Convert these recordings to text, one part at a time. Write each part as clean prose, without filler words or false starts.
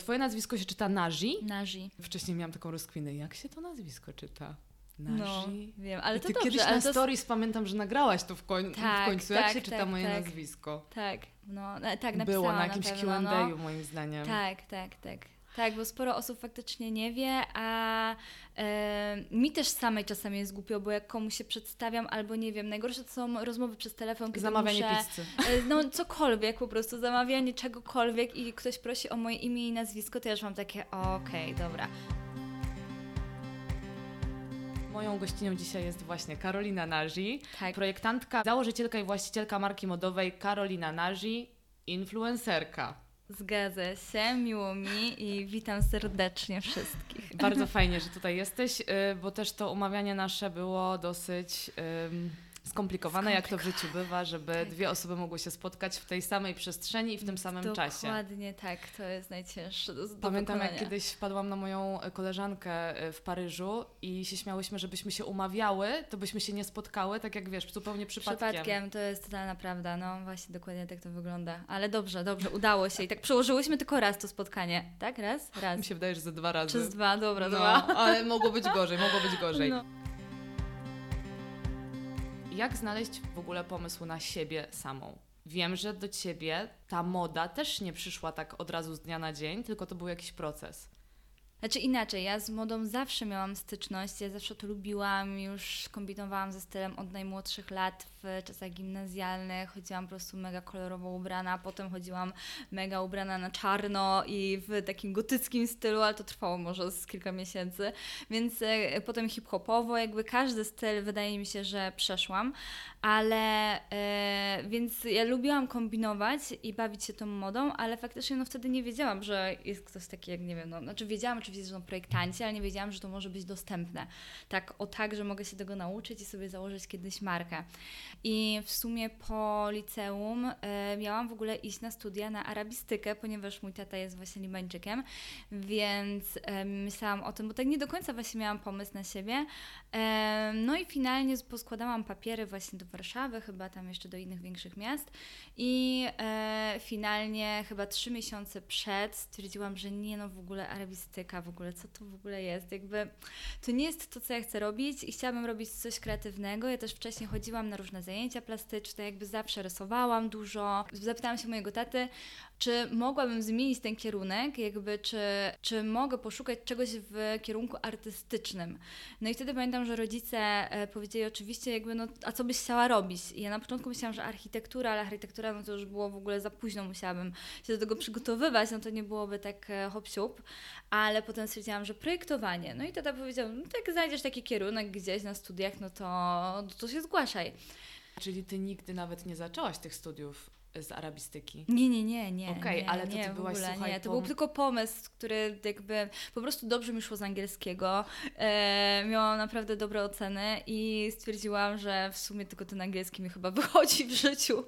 Twoje nazwisko się czyta Naji? Naji. Wcześniej miałam taką rozkminę, jak się to nazwisko czyta? No, wiem, ale I to ty dobrze. kiedyś ale na to... stories pamiętam, że nagrałaś to w końcu. Jak się czyta moje nazwisko? Tak, no, tak napisałam. Było na jakimś pewno, Q&A moim zdaniem. Tak. Tak, bo sporo osób faktycznie nie wie, a mi też samej czasami jest głupio, bo jak komuś się przedstawiam albo nie wiem, najgorsze to są rozmowy przez telefon, kiedy zamawianie muszę, pizzy. No cokolwiek po prostu, zamawianie czegokolwiek i ktoś prosi o moje imię i nazwisko, to ja już mam takie okej, dobra. Moją gościnią dzisiaj jest właśnie Karolina Naji, Tak. projektantka, założycielka i właścicielka marki modowej Karolina Naji, influencerka. Zgadza się, miło mi i witam serdecznie wszystkich. Bardzo fajnie, że tutaj jesteś, bo też to umawianie nasze było dosyć skomplikowane, jak to w życiu bywa, żeby dwie osoby mogły się spotkać w tej samej przestrzeni i w tym samym czasie. Dokładnie tak, to jest najcięższe do Pamiętam, wykonania. jak kiedyś wpadłam na moją koleżankę w Paryżu i się śmiałyśmy, żebyśmy się umawiały, to byśmy się nie spotkały, tak jak wiesz, zupełnie przypadkiem. To jest totalna prawda, no właśnie dokładnie tak to wygląda. Ale dobrze, udało się i tak przełożyłyśmy tylko raz to spotkanie, tak? Raz? Mi się wydaje, że ze 2 razy. Przez 2, dobra, no, 2. Ale mogło być gorzej. No. Jak znaleźć w ogóle pomysł na siebie samą? Wiem, że do Ciebie ta moda też nie przyszła tak od razu z dnia na dzień, tylko to był jakiś proces. Znaczy inaczej, ja z modą zawsze miałam styczność, ja zawsze to lubiłam, już kombinowałam ze stylem od najmłodszych lat w czasach gimnazjalnych, chodziłam po prostu mega kolorowo ubrana, potem chodziłam mega ubrana na czarno i w takim gotyckim stylu, ale to trwało może z kilka miesięcy, więc potem hip-hopowo, jakby każdy styl wydaje mi się, że przeszłam, ale więc ja lubiłam kombinować i bawić się tą modą, ale faktycznie no wtedy nie wiedziałam, że jest ktoś taki jak, nie wiem, no, znaczy wiedziałam oczywiście, że są projektanci, ale nie wiedziałam, że to może być dostępne. Tak, że mogę się tego nauczyć i sobie założyć kiedyś markę. I w sumie po liceum miałam w ogóle iść na studia na arabistykę, ponieważ mój tata jest właśnie Libańczykiem, więc myślałam o tym, bo tak nie do końca właśnie miałam pomysł na siebie. No i finalnie poskładałam papiery właśnie do Warszawy, chyba tam jeszcze do innych większych miast i finalnie chyba 3 miesiące przed stwierdziłam, że nie, no w ogóle arabistyka, w ogóle co to w ogóle jest, jakby to nie jest to, co ja chcę robić i chciałabym robić coś kreatywnego. Ja też wcześniej chodziłam na różne zajęcia plastyczne, jakby zawsze rysowałam dużo. Zapytałam się mojego taty, czy mogłabym zmienić ten kierunek, jakby czy mogę poszukać czegoś w kierunku artystycznym. No i wtedy pamiętam, że rodzice powiedzieli oczywiście jakby, no a co byś chciała robić? I ja na początku myślałam, że architektura, ale architektura no to już było w ogóle za późno, musiałabym się do tego przygotowywać, no to nie byłoby tak hop-siup, ale potem stwierdziłam, że projektowanie. No i tata powiedział, no to jak znajdziesz taki kierunek gdzieś na studiach, no to się zgłaszaj. Czyli Ty nigdy nawet nie zaczęłaś tych studiów z arabistyki? Nie. Okej, ale to nie, Ty byłaś, ogóle, słuchaj... Nie, to był tylko pomysł, który jakby po prostu dobrze mi szło z angielskiego. Miałam naprawdę dobre oceny i stwierdziłam, że w sumie tylko ten angielski mi chyba wychodzi w życiu.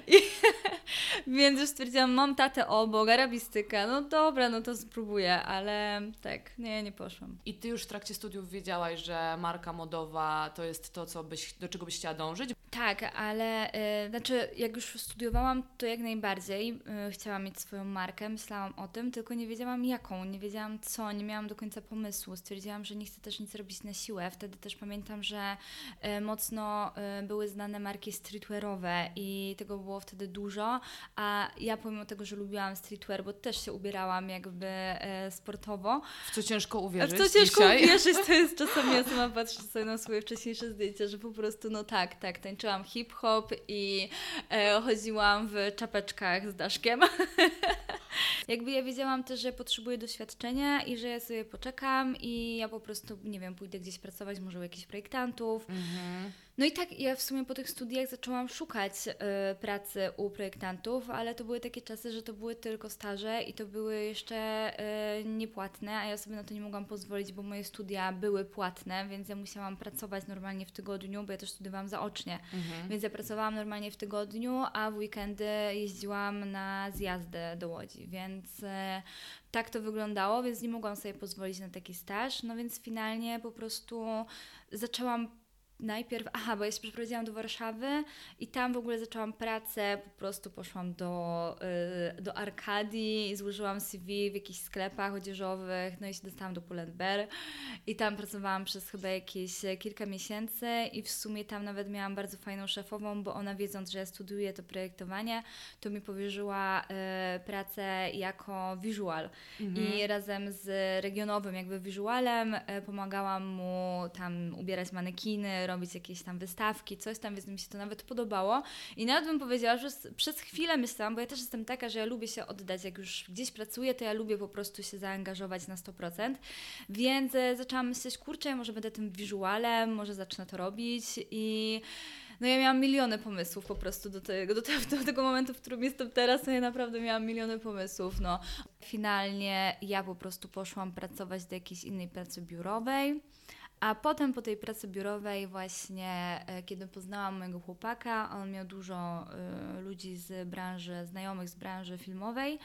Więc już stwierdziłam, mam tatę obok, arabistyka, no dobra, no to spróbuję, ale tak, nie poszłam. I Ty już w trakcie studiów wiedziałaś, że marka modowa to jest to, do czego byś chciała dążyć? Tak, ale znaczy jak już studiowałam, to jak najbardziej chciałam mieć swoją markę, myślałam o tym, tylko nie wiedziałam jaką, nie wiedziałam co, nie miałam do końca pomysłu. Stwierdziłam, że nie chcę też nic robić na siłę. Wtedy też pamiętam, że mocno były znane marki streetwearowe i tego było wtedy dużo, a ja pomimo tego, że lubiłam streetwear, bo też się ubierałam jakby sportowo. W co ciężko uwierzyć W co ciężko dzisiaj? uwierzyć, to jest czasami, ja sama patrzę sobie na swoje wcześniejsze zdjęcia, że po prostu no tak, tańczyłam hip-hop i chodziłam w czapeczkach z daszkiem. Jakby ja wiedziałam też, że potrzebuję doświadczenia i że ja sobie poczekam i ja po prostu, nie wiem, pójdę gdzieś pracować, może u jakichś projektantów. No i tak ja w sumie po tych studiach zaczęłam szukać pracy u projektantów, ale to były takie czasy, że to były tylko staże i to były jeszcze niepłatne, a ja sobie na to nie mogłam pozwolić, bo moje studia były płatne, więc ja musiałam pracować normalnie w tygodniu, bo ja też studiowałam zaocznie, więc ja pracowałam normalnie w tygodniu, a w weekendy jeździłam na zjazdy do Łodzi, więc tak to wyglądało, więc nie mogłam sobie pozwolić na taki staż, no więc finalnie po prostu zaczęłam najpierw, bo ja się przeprowadziłam do Warszawy i tam w ogóle zaczęłam pracę, po prostu poszłam do Arkadii i złożyłam CV w jakichś sklepach odzieżowych, no i się dostałam do Pull&Bear i tam pracowałam przez chyba jakieś kilka miesięcy i w sumie tam nawet miałam bardzo fajną szefową, bo ona, wiedząc, że ja studiuję to projektowanie, to mi powierzyła pracę jako visual i razem z regionowym jakby visualem pomagałam mu tam ubierać manekiny, robić jakieś tam wystawki, coś tam, więc mi się to nawet podobało i nawet bym powiedziała, że przez chwilę myślałam, bo ja też jestem taka, że ja lubię się oddać, jak już gdzieś pracuję, to ja lubię po prostu się zaangażować na 100%, więc zaczęłam myśleć, kurczę, może będę tym visualem, może zacznę to robić i no ja miałam miliony pomysłów po prostu do tego momentu, w którym jestem teraz, to ja naprawdę miałam miliony pomysłów, no. Finalnie ja po prostu poszłam pracować do jakiejś innej pracy biurowej, a potem po tej pracy biurowej właśnie, kiedy poznałam mojego chłopaka, on miał dużo ludzi z branży, znajomych z branży filmowej,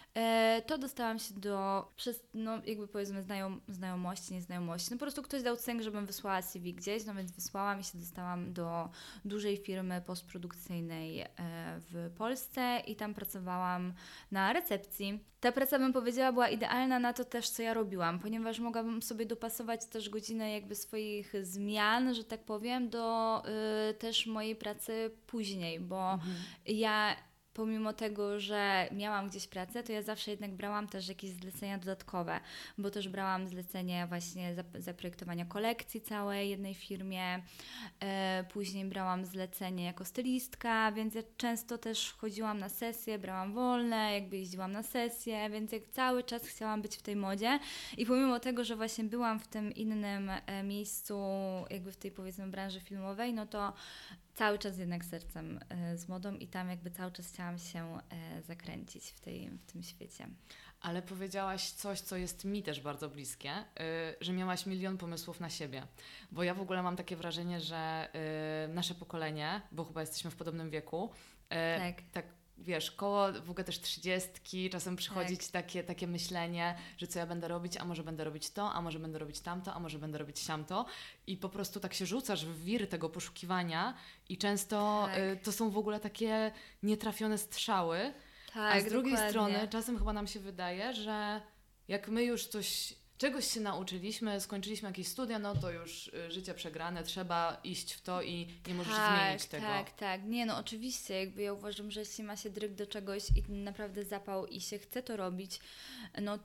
to dostałam się przez, no jakby powiedzmy znajomości, nieznajomości. No po prostu ktoś dał cynk, żebym wysłała CV gdzieś, no więc wysłałam i się dostałam do dużej firmy postprodukcyjnej w Polsce i tam pracowałam na recepcji. Ta praca, bym powiedziała, była idealna na to też, co ja robiłam, ponieważ mogłabym sobie dopasować też godzinę jakby swoich zmian, że tak powiem, do też mojej pracy później, bo ja pomimo tego, że miałam gdzieś pracę, to ja zawsze jednak brałam też jakieś zlecenia dodatkowe, bo też brałam zlecenie właśnie zaprojektowania kolekcji całej jednej firmie, później brałam zlecenie jako stylistka, więc ja często też chodziłam na sesje, brałam wolne, jakby jeździłam na sesje, więc jak cały czas chciałam być w tej modzie i pomimo tego, że właśnie byłam w tym innym miejscu, jakby w tej powiedzmy branży filmowej, no to cały czas jednak sercem z modą i tam jakby cały czas chciałam się zakręcić w tym świecie. Ale powiedziałaś coś, co jest mi też bardzo bliskie, że miałaś milion pomysłów na siebie. Bo ja w ogóle mam takie wrażenie, że nasze pokolenie, bo chyba jesteśmy w podobnym wieku, tak wiesz, koło w ogóle też 30, czasem przychodzić takie myślenie, że co ja będę robić, a może będę robić to, a może będę robić tamto, a może będę robić siamto i po prostu tak się rzucasz w wir tego poszukiwania i często to są w ogóle takie nietrafione strzały, a z drugiej strony czasem chyba nam się wydaje, że jak my już czegoś się nauczyliśmy, skończyliśmy jakieś studia, no to już życie przegrane, trzeba iść w to i nie możesz zmienić tego. Tak. Nie, no oczywiście, jakby ja uważam, że jeśli ma się dryg do czegoś i naprawdę zapał i się chce to robić, no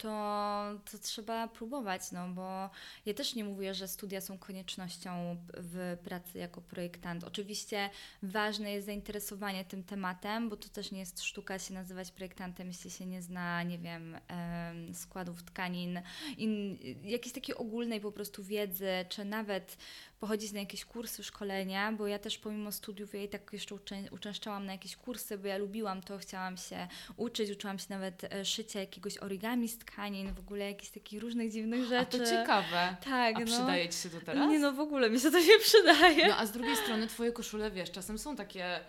to trzeba próbować, no bo ja też nie mówię, że studia są koniecznością w pracy jako projektant. Oczywiście ważne jest zainteresowanie tym tematem, bo to też nie jest sztuka się nazywać projektantem, jeśli się nie zna, nie wiem, składów tkanin, jakiejś takiej ogólnej po prostu wiedzy, czy nawet pochodzić na jakieś kursy, szkolenia, bo ja też pomimo studiów ja i tak jeszcze uczęszczałam na jakieś kursy, bo ja lubiłam to, chciałam się uczyć, uczyłam się nawet szycia jakiegoś origami z tkanin, w ogóle jakichś takich różnych dziwnych rzeczy. A to ciekawe. Tak, a przydaje Ci się to teraz? Nie, no w ogóle mi się to nie przydaje. No a z drugiej strony Twoje koszule, wiesz, czasem są takie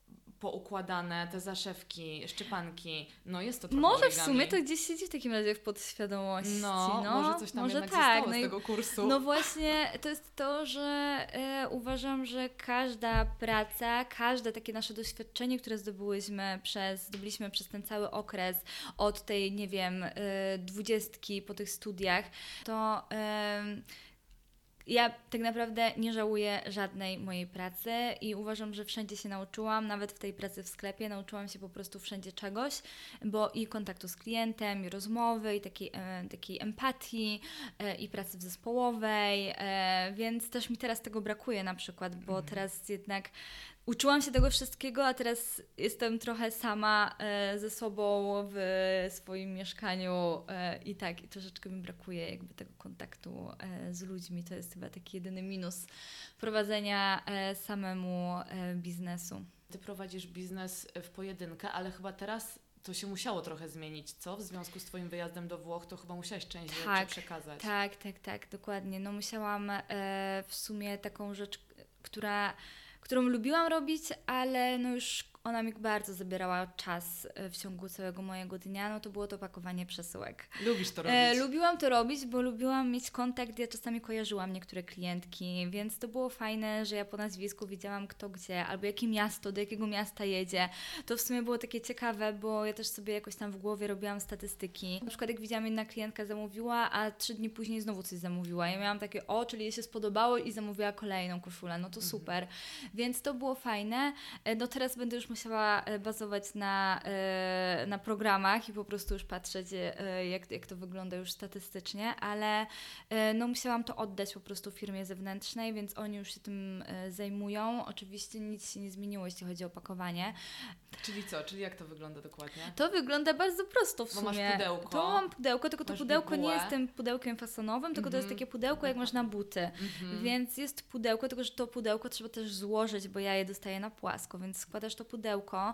poukładane, te zaszewki, szczepanki, no jest to trochę może origami. W sumie to gdzieś siedzi w takim razie w podświadomości. No może coś tam może jednak tak, zostało z tego kursu. No właśnie, to jest to, że uważam, że każda praca, każde takie nasze doświadczenie, które zdobyliśmy przez ten cały okres, od tej, nie wiem, 20 po tych studiach, to ja tak naprawdę nie żałuję żadnej mojej pracy i uważam, że wszędzie się nauczyłam, nawet w tej pracy w sklepie nauczyłam się po prostu wszędzie czegoś, bo i kontaktu z klientem, i rozmowy, i takiej empatii, i pracy zespołowej, więc też mi teraz tego brakuje na przykład, bo teraz jednak uczyłam się tego wszystkiego, a teraz jestem trochę sama ze sobą w swoim mieszkaniu i troszeczkę mi brakuje jakby tego kontaktu z ludźmi. To jest chyba taki jedyny minus prowadzenia samemu biznesu. Ty prowadzisz biznes w pojedynkę, ale chyba teraz to się musiało trochę zmienić, co? W związku z Twoim wyjazdem do Włoch to chyba musiałaś część rzeczy przekazać. Tak, dokładnie. No musiałam w sumie taką rzecz, którą lubiłam robić, ale no już ona mi bardzo zabierała czas w ciągu całego mojego dnia, no to było to pakowanie przesyłek. Lubisz to robić? Lubiłam to robić, bo lubiłam mieć kontakt, ja czasami kojarzyłam niektóre klientki, więc to było fajne, że ja po nazwisku wiedziałam kto gdzie, albo jakie miasto, do jakiego miasta jedzie. To w sumie było takie ciekawe, bo ja też sobie jakoś tam w głowie robiłam statystyki. Na przykład jak widziałam, jedna klientka zamówiła, a 3 dni później znowu coś zamówiła. Ja miałam takie, czyli jej się spodobało i zamówiła kolejną koszulę, no to super. Więc to było fajne. No teraz będę już musiała bazować na programach i po prostu już patrzeć, jak to wygląda już statystycznie, ale no musiałam to oddać po prostu firmie zewnętrznej, więc oni już się tym zajmują. Oczywiście nic się nie zmieniło, jeśli chodzi o opakowanie. Czyli co? Czyli jak to wygląda dokładnie? To wygląda bardzo prosto w sumie. Masz pudełko. To mam pudełko, tylko to pudełko bibułę. nie jest tym pudełkiem fasonowym, tylko to jest takie pudełko, jak masz na buty. Więc jest pudełko, tylko że to pudełko trzeba też złożyć, bo ja je dostaję na płasko, więc składasz to pudełko.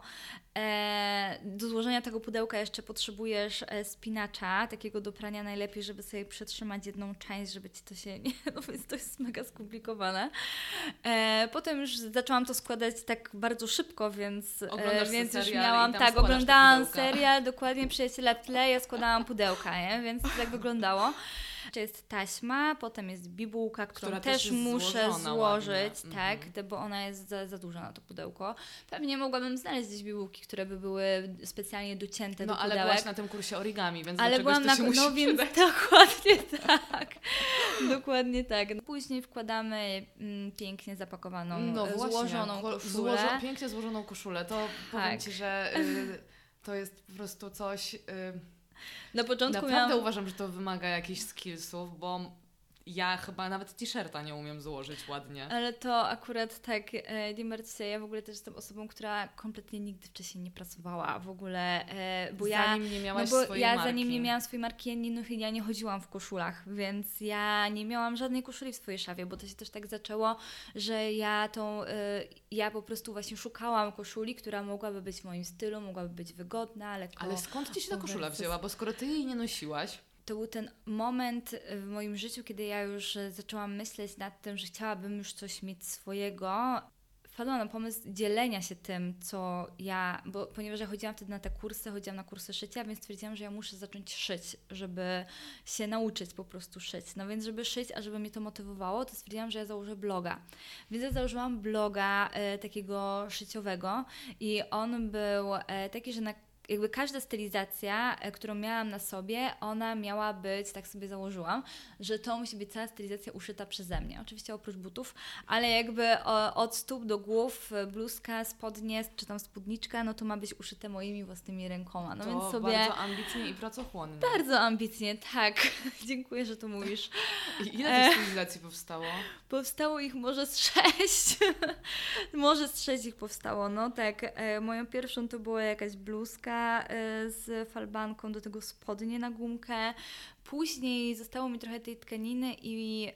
Do złożenia tego pudełka jeszcze potrzebujesz spinacza, takiego do prania najlepiej, żeby sobie przytrzymać jedną część, żeby ci to się nie... No więc to jest mega skomplikowane. Potem już zaczęłam to składać tak bardzo szybko, więc już miałam, oglądałam serial, dokładnie Przyjaciela w tle, ja składałam pudełka, nie? Więc to tak wyglądało. Jest taśma, potem jest bibułka, którą też muszę złożyć, tak, bo ona jest za duża na to pudełko. Pewnie mogłabym znaleźć gdzieś bibułki, które by były specjalnie docięte do pudełek. Ale byłaś na tym kursie origami, więc ale byłam to się musi przydać. Dokładnie tak. Dokładnie tak. Później wkładamy pięknie zapakowaną, złożoną koszulę. Pięknie złożoną koszulę. To powiem Ci, że to jest po prostu coś... Na początku naprawdę uważam, że to wymaga jakichś skillsów, bo ja chyba nawet t-shirta nie umiem złożyć ładnie. Ale to akurat tak, nie martw się, ja w ogóle też jestem osobą, która kompletnie nigdy wcześniej nie pracowała w ogóle, bo zanim nie miałaś swojej marki. Zanim nie miałam swojej marki, ja nie chodziłam w koszulach, więc ja nie miałam żadnej koszuli w swojej szafie, bo to się też tak zaczęło, że ja po prostu właśnie szukałam koszuli, która mogłaby być w moim stylu, mogłaby być wygodna, lekko. Ale skąd Ci się ta koszula wzięła? Bo skoro Ty jej nie nosiłaś, to był ten moment w moim życiu, kiedy ja już zaczęłam myśleć nad tym, że chciałabym już coś mieć swojego. Wpadłam na pomysł dzielenia się tym, co ja, ponieważ ja chodziłam wtedy na te kursy, chodziłam na kursy szycia, więc stwierdziłam, że ja muszę zacząć szyć, żeby się nauczyć po prostu szyć. No więc żeby szyć, a żeby mnie to motywowało, to stwierdziłam, że ja założę bloga. Więc ja założyłam bloga takiego szyciowego i on był taki, że jakby każda stylizacja, którą miałam na sobie, ona miała być, tak sobie założyłam, że to musi być cała stylizacja uszyta przeze mnie. Oczywiście oprócz butów, ale jakby od stóp do głów, bluzka, spodnie, czy tam spódniczka, no to ma być uszyte moimi własnymi rękoma. No to więc sobie bardzo ambitnie i pracochłonnie. Bardzo ambitnie, tak. Dziękuję, że to mówisz. I ile tych stylizacji powstało? Powstało ich może z 6. Może z 6 ich powstało, no tak. Moją pierwszą to była jakaś bluzka z falbanką, do tego spodnie na gumkę. Później zostało mi trochę tej tkaniny i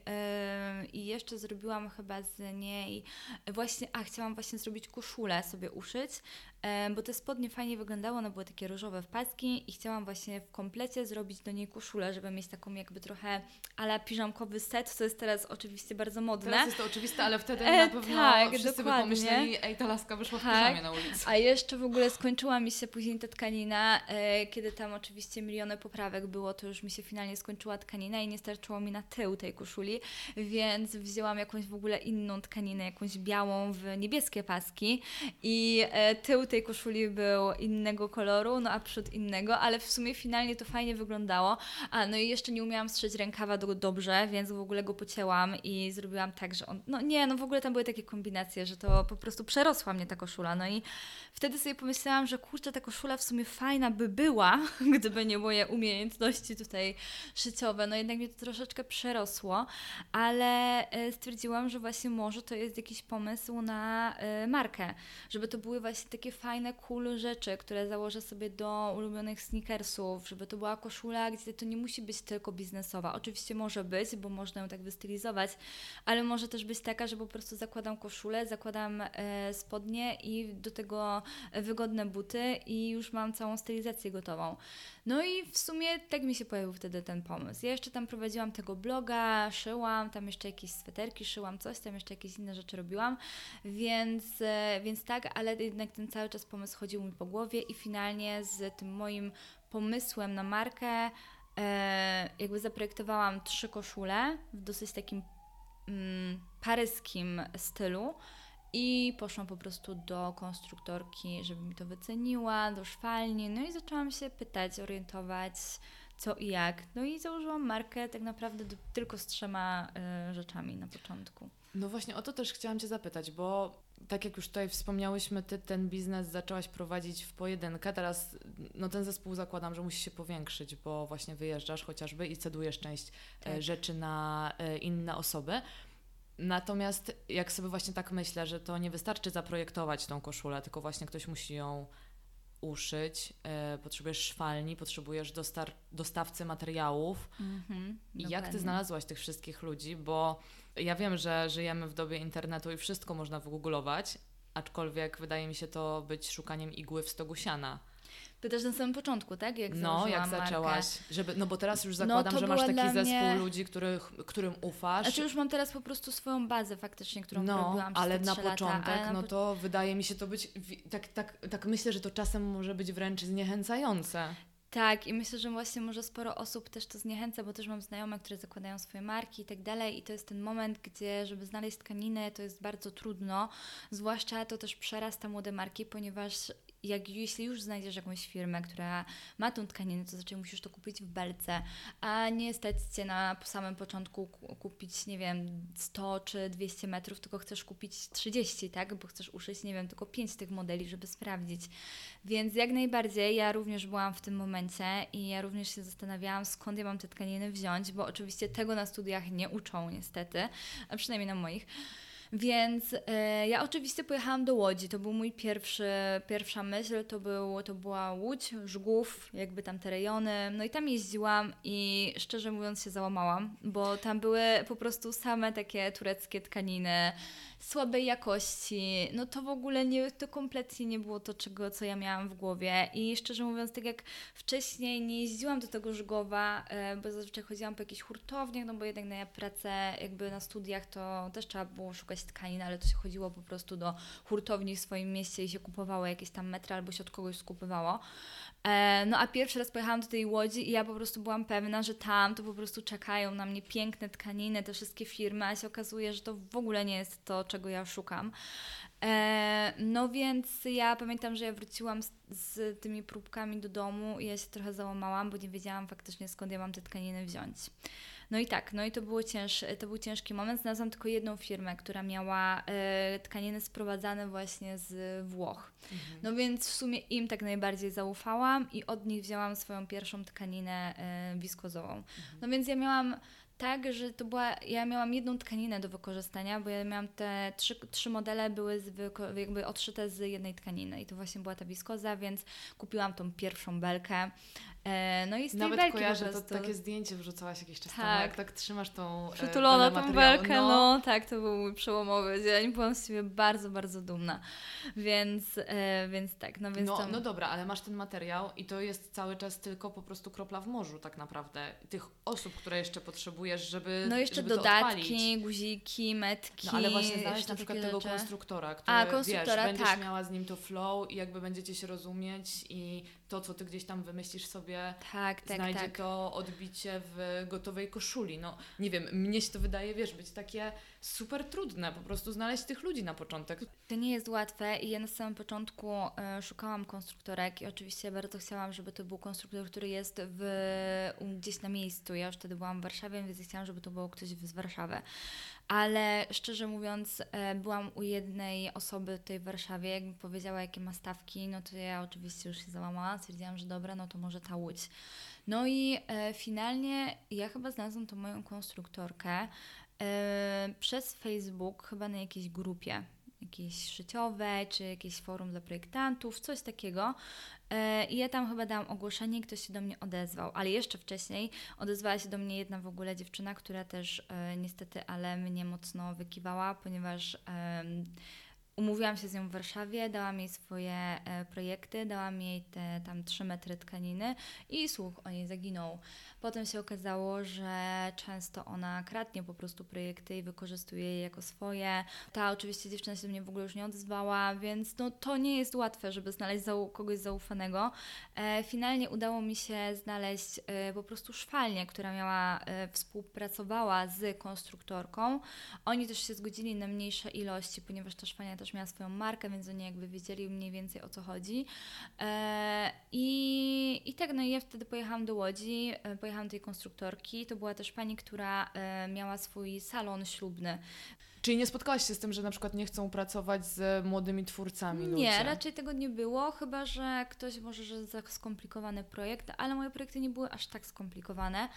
jeszcze zrobiłam chyba z niej właśnie, chciałam właśnie zrobić koszulę sobie uszyć, bo te spodnie fajnie wyglądały, one były takie różowe w paski i chciałam właśnie w komplecie zrobić do niej koszulę, żeby mieć taką jakby trochę a la piżamkowy set, co jest teraz oczywiście bardzo modne. Teraz jest to oczywiste, ale wtedy na pewno wszyscy by pomyśleli, ta laska wyszła w piżamie na ulicy. A jeszcze w ogóle skończyła mi się później ta tkanina, kiedy tam oczywiście miliony poprawek było, to już mi się finalnie skończyła tkanina i nie starczyło mi na tył tej koszuli, więc wzięłam jakąś w ogóle inną tkaninę, jakąś białą w niebieskie paski i tył tej koszuli był innego koloru, no a przód innego, ale w sumie finalnie to fajnie wyglądało. No i jeszcze nie umiałam strzeć rękawa dobrze, więc w ogóle go pocięłam i zrobiłam tak, że on, w ogóle tam były takie kombinacje, że to po prostu przerosła mnie ta koszula, no i wtedy sobie pomyślałam, że kurczę, ta koszula w sumie fajna by była, gdyby nie moje umiejętności tutaj szyciowe, no jednak mnie to troszeczkę przerosło, ale stwierdziłam, że właśnie może to jest jakiś pomysł na markę, żeby to były właśnie takie fajne, cool rzeczy, które założę sobie do ulubionych sneakersów, żeby to była koszula, gdzie to nie musi być tylko biznesowa. Oczywiście może być, bo można ją tak wystylizować, ale może też być taka, że po prostu zakładam koszulę, zakładam spodnie i do tego wygodne buty i już mam całą stylizację gotową. No i w sumie tak mi się pojawił wtedy wtedy ten pomysł. Ja jeszcze tam prowadziłam tego bloga, szyłam, tam jeszcze jakieś sweterki szyłam, coś tam jeszcze jakieś inne rzeczy robiłam, więc tak, ale jednak ten cały czas pomysł chodził mi po głowie i finalnie z tym moim pomysłem na markę jakby zaprojektowałam 3 koszule w dosyć takim paryskim stylu i poszłam po prostu do konstruktorki, żeby mi to wyceniła, do szwalni, no i zaczęłam się pytać, orientować co i jak. No i założyłam markę tak naprawdę tylko z 3 rzeczami na początku. No właśnie o to też chciałam Cię zapytać, bo tak jak już tutaj wspomniałyśmy, Ty ten biznes zaczęłaś prowadzić w pojedynkę, teraz no ten zespół zakładam, że musi się powiększyć, bo właśnie wyjeżdżasz chociażby i cedujesz część rzeczy na inne osoby. Natomiast jak sobie właśnie tak myślę, że to nie wystarczy zaprojektować tą koszulę, tylko właśnie ktoś musi ją uszyć, potrzebujesz szwalni, potrzebujesz dostawcy materiałów. I jak Ty znalazłaś tych wszystkich ludzi? Bo ja wiem, że żyjemy w dobie internetu i wszystko można wygooglować, aczkolwiek wydaje mi się to być szukaniem igły w stogu siana. Pytasz na samym początku, tak? Jak zaczęłaś, no bo teraz już zakładam, że masz taki zespół ludzi, którym ufasz. Znaczy już mam teraz po prostu swoją bazę faktycznie, którą robiłam przez ale te na 3 początek, lata, to wydaje mi się to być, tak myślę, że to czasem może być wręcz zniechęcające. Tak, i myślę, że właśnie może sporo osób też to zniechęca, bo też mam znajome, które zakładają swoje marki i tak dalej i to jest ten moment, gdzie żeby znaleźć tkaninę, to jest bardzo trudno, zwłaszcza to też przerasta młode marki, ponieważ jeśli już znajdziesz jakąś firmę, która ma tą tkaninę, to znaczy musisz to kupić w belce, a nie stać Cię po samym początku kupić, nie wiem, 100 czy 200 metrów, tylko chcesz kupić 30, tak? Bo chcesz uszyć, nie wiem, tylko 5 tych modeli, żeby sprawdzić. Więc jak najbardziej, ja również byłam w tym momencie i ja również się zastanawiałam, skąd ja mam te tkaniny wziąć, bo oczywiście tego na studiach nie uczą niestety, a przynajmniej na moich. Więc ja oczywiście pojechałam do Łodzi, to był mój pierwsza myśl, to była Łódź, Żgów, jakby tam te rejony, no i tam jeździłam i szczerze mówiąc się załamałam, bo tam były po prostu same takie tureckie tkaniny, słabej jakości, no to w ogóle to kompletnie nie było to, co ja miałam w głowie i szczerze mówiąc, tak jak wcześniej nie jeździłam do tego Żgowa, bo zazwyczaj chodziłam po jakichś hurtowniach, no bo jednak na pracę jakby na studiach to też trzeba było szukać tkanin, ale to się chodziło po prostu do hurtowni w swoim mieście i się kupowało jakieś tam metry albo się od kogoś skupywało. No a pierwszy raz pojechałam do tej Łodzi i ja po prostu byłam pewna, że tam to po prostu czekają na mnie piękne tkaniny, te wszystkie firmy, a się okazuje, że to w ogóle nie jest to, czego ja szukam. No więc ja pamiętam, że ja wróciłam z tymi próbkami do domu i ja się trochę załamałam, bo nie wiedziałam faktycznie skąd ja mam te tkaniny wziąć. No i tak, no i to był ciężki moment. Znalazłam tylko jedną firmę, która miała tkaniny sprowadzane właśnie z Włoch. No więc w sumie im tak najbardziej zaufałam i od nich wzięłam swoją pierwszą tkaninę wiskozową. No więc ja miałam tak, że ja miałam jedną tkaninę do wykorzystania, bo ja miałam te trzy modele były jakby odszyte z jednej tkaniny i to właśnie była ta wiskoza, więc kupiłam tą pierwszą belkę. No i z tej nawet belki kojarzę, to takie zdjęcie wrzucałaś jakiś czas temu, jak tak trzymasz tą przytulona tą belkę, no tak, to był mój przełomowy dzień, byłam z siebie bardzo, bardzo dumna, więc tak, no więc no dobra, ale masz ten materiał i to jest cały czas tylko po prostu kropla w morzu tak naprawdę, tych osób, które jeszcze potrzebujesz, żeby no jeszcze żeby dodatki, guziki, metki. No ale właśnie znaleźć na przykład tego konstruktora, który będziesz miała z nim to flow i jakby będziecie się rozumieć i to, co Ty gdzieś tam wymyślisz sobie, znajdzie to odbicie w gotowej koszuli. No nie wiem, mnie się to wydaje, być takie super trudne, po prostu znaleźć tych ludzi na początek. To nie jest łatwe i ja na samym początku szukałam konstruktorek i oczywiście bardzo chciałam, żeby to był konstruktor, który jest gdzieś na miejscu. Ja już wtedy byłam w Warszawie, więc chciałam, żeby to był ktoś z Warszawy. Ale szczerze mówiąc, byłam u jednej osoby tutaj w Warszawie, jak mi powiedziała, jakie ma stawki, no to ja oczywiście już się załamałam, stwierdziłam, że dobra, no to może ta Łódź. No i finalnie ja chyba znalazłam tą moją konstruktorkę przez Facebook, chyba na jakiejś grupie, jakiejś szyciowej, czy jakieś forum dla projektantów, coś takiego. I ja tam chyba dałam ogłoszenie i ktoś się do mnie odezwał, ale jeszcze wcześniej odezwała się do mnie jedna w ogóle dziewczyna, która też niestety, ale mnie mocno wykiwała, ponieważ Umówiłam się z nią w Warszawie, dałam jej swoje projekty, dałam jej te tam 3 metry tkaniny i słuch o niej zaginął. Potem się okazało, że często ona kradnie po prostu projekty i wykorzystuje je jako swoje. Ta oczywiście dziewczyna się do mnie w ogóle już nie odezwała, więc no, to nie jest łatwe, żeby znaleźć kogoś zaufanego. Finalnie udało mi się znaleźć po prostu szwalnię, która współpracowała z konstruktorką. Oni też się zgodzili na mniejsze ilości, ponieważ ta szwalnia też miała swoją markę, więc oni jakby wiedzieli mniej więcej o co chodzi. I tak, no i ja wtedy pojechałam do Łodzi, pojechałam do tej konstruktorki. To była też pani, która miała swój salon ślubny. Czyli nie spotkałaś się z tym, że na przykład nie chcą pracować z młodymi twórcami ludzie? Nie, raczej tego nie było, chyba że ktoś może, że za skomplikowany projekt, ale moje projekty nie były aż tak skomplikowane.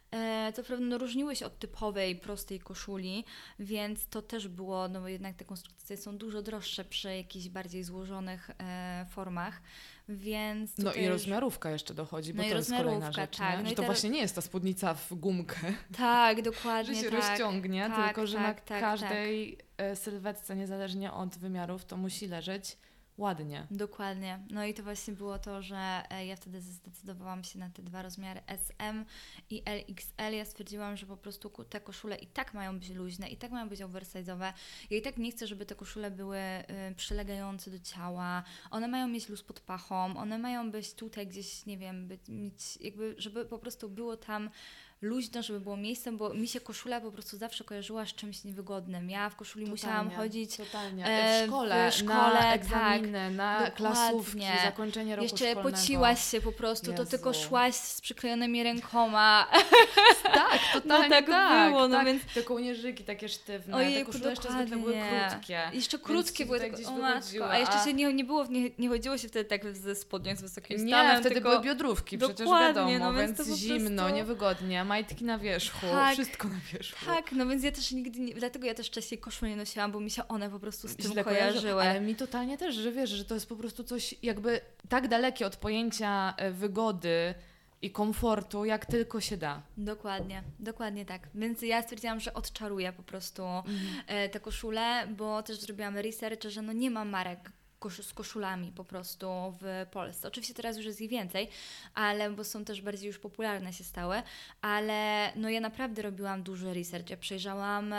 Co prawda no, różniły się od typowej, prostej koszuli, więc to też było, no bo jednak te konstrukcje są dużo droższe przy jakichś bardziej złożonych formach, więc no i rozmiarówka jeszcze dochodzi, bo no to jest kolejna rzecz, tak. nie? No że to właśnie nie jest ta spódnica w gumkę, tak, dokładnie, że się tak, rozciągnie, tak, tylko że tak, na każdej sylwetce, niezależnie od wymiarów, to musi leżeć ładnie. Dokładnie. No i to właśnie było to, że ja wtedy zdecydowałam się na te 2 rozmiary SM i LXL. Ja stwierdziłam, że po prostu te koszule i tak mają być luźne, i tak mają być oversize'owe. Ja i tak nie chcę, żeby te koszule były przylegające do ciała. One mają mieć luz pod pachą, one mają być tutaj gdzieś, nie wiem, mieć jakby, żeby po prostu było tam luźno, żeby było miejsce, bo mi się koszula po prostu zawsze kojarzyła z czymś niewygodnym. Ja w koszuli musiałam chodzić w szkole, na egzaminy, tak, na dokładnie. Klasówki, zakończenie roku jeszcze szkolnego. pociłaś się po prostu, Jezu. to tylko szłaś z przyklejonymi rękoma. Tak, totalnie no, tak było, no tak. więc... Te kołnierzyki takie sztywne, Ojejku, te koszule jeszcze zwykle były krótkie. Jeszcze krótkie były, tak, o matko, a jeszcze się nie chodziło się wtedy tak ze spodnią z wysokim stanem. Nie, wtedy tylko... były biodrówki, przecież wiadomo, no, więc zimno, niewygodnie, majtki na wierzchu, wszystko na wierzchu. Tak, no więc ja też nigdy nie, dlatego ja też wcześniej koszul nie nosiłam, bo mi się one po prostu z tym źle kojarzyły. Ale mi totalnie też, że wiesz, że to jest po prostu coś jakby tak dalekie od pojęcia wygody i komfortu, jak tylko się da. Dokładnie tak. Więc ja stwierdziłam, że odczaruję po prostu te koszule, bo też zrobiłam research, że no nie ma marek z koszulami po prostu w Polsce. Oczywiście teraz już jest ich więcej, bo są też bardziej już popularne się stały, ale no ja naprawdę robiłam duży research. Ja przejrzałam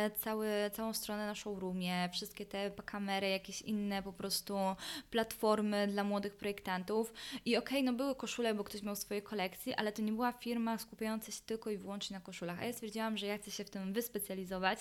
całą stronę na showroomie, wszystkie te kamery, jakieś inne po prostu platformy dla młodych projektantów i no były koszule, bo ktoś miał swoje kolekcje, ale to nie była firma skupiająca się tylko i wyłącznie na koszulach, a ja stwierdziłam, że ja chcę się w tym wyspecjalizować,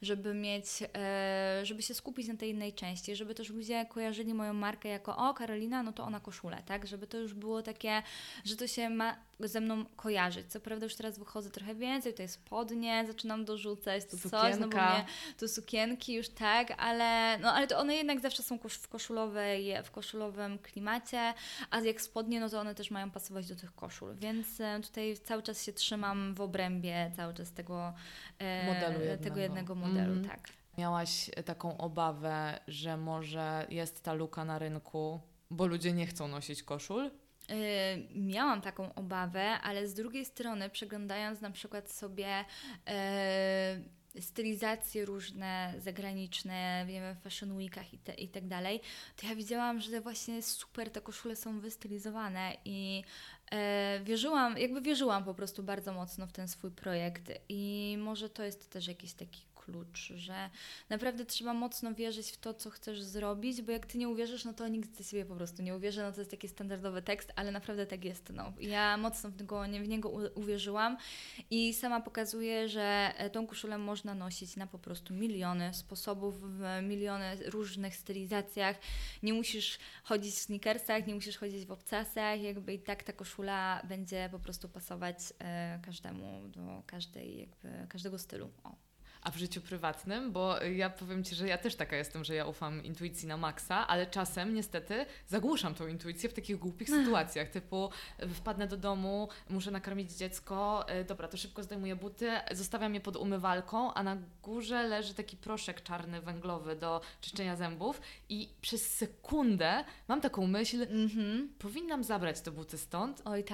żeby się skupić na tej innej części, żeby też ludzie kojarzyli moją markę jako Karolina, no to ona koszulę, tak? Żeby to już było takie, że to się ma ze mną kojarzyć. Co prawda już teraz wychodzę trochę więcej, tutaj spodnie zaczynam dorzucać, tu sukienka. Coś, no bo tu sukienki już tak, ale to one jednak zawsze są w koszulowym klimacie, a jak spodnie, no to one też mają pasować do tych koszul, więc tutaj cały czas się trzymam w obrębie cały czas tego jednego modelu, tak. Miałaś taką obawę, że może jest ta luka na rynku, bo ludzie nie chcą nosić koszul? Miałam taką obawę, ale z drugiej strony przeglądając na przykład sobie stylizacje różne, zagraniczne, wiemy, w Fashion Weekach i tak dalej, to ja widziałam, że właśnie super te koszule są wystylizowane i wierzyłam po prostu bardzo mocno w ten swój projekt i może to jest też jakiś taki klucz, że naprawdę trzeba mocno wierzyć w to, co chcesz zrobić, bo jak ty nie uwierzysz, no to nikt ze siebie po prostu nie uwierzy, no to jest taki standardowy tekst, ale naprawdę tak jest, no. Ja mocno w niego uwierzyłam i sama pokazuję, że tą koszulę można nosić na po prostu miliony sposobów, w miliony różnych stylizacjach. Nie musisz chodzić w sneakersach, nie musisz chodzić w obcasach, jakby i tak ta koszula będzie po prostu pasować każdemu do każdego stylu. A w życiu prywatnym, bo ja powiem Ci, że ja też taka jestem, że ja ufam intuicji na maksa, ale czasem niestety zagłuszam tą intuicję w takich głupich sytuacjach, typu wpadnę do domu, muszę nakarmić dziecko, dobra, to szybko zdejmuję buty, zostawiam je pod umywalką, a na górze leży taki proszek czarny, węglowy do czyszczenia zębów i przez sekundę mam taką myśl, powinnam zabrać te buty stąd. Oj tak.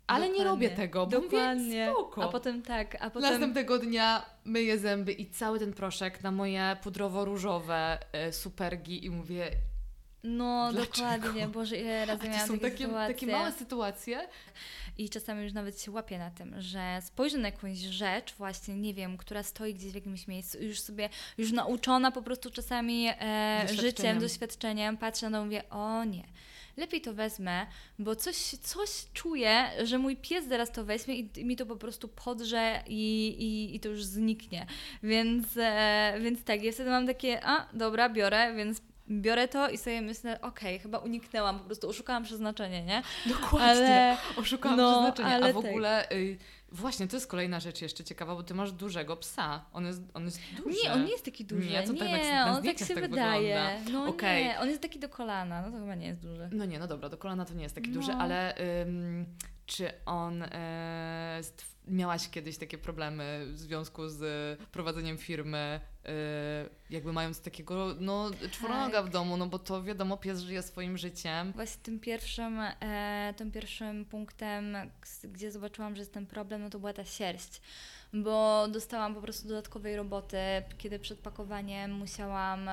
Ale Dokładnie. nie robię tego, bo Dokładnie. mówię, spoko. A potem Następnego dnia myję zęby i cały ten proszek na moje pudrowo-różowe supergi i mówię, No, dlaczego? dokładnie, Boże, ile razy A to miałam są takie sytuacje. takie małe sytuacje. I czasami już nawet się łapię na tym, że spojrzę na jakąś rzecz, właśnie, nie wiem, która stoi gdzieś w jakimś miejscu, już nauczona po prostu czasami życiem, doświadczeniem, patrzę na to i mówię, o nie, lepiej to wezmę, bo coś czuję, że mój pies zaraz to weźmie i mi to po prostu podrze i to już zniknie. Więc tak, ja wtedy mam takie, dobra, biorę, więc biorę to i sobie myślę, okej, chyba uniknęłam, po prostu oszukałam przeznaczenie, nie? Dokładnie, oszukałam przeznaczenie. A w tak. ogóle, właśnie to jest kolejna rzecz jeszcze ciekawa, bo ty masz dużego psa. On jest duży. Nie, on nie jest taki duży. Nie, to tak on tak zdjęciach się tak wydaje. wygląda. No Okej. nie, on jest taki do kolana, no to chyba nie jest duży. No nie, no dobra, do kolana to nie jest taki No. duży, ale czy on... Miałaś kiedyś takie problemy w związku z prowadzeniem firmy, jakby mając takiego czworonoga w domu, no bo to wiadomo, pies żyje swoim życiem. Właśnie tym pierwszym punktem, gdzie zobaczyłam, że jest ten problem, no to była ta sierść. Bo dostałam po prostu dodatkowej roboty, kiedy przed pakowaniem musiałam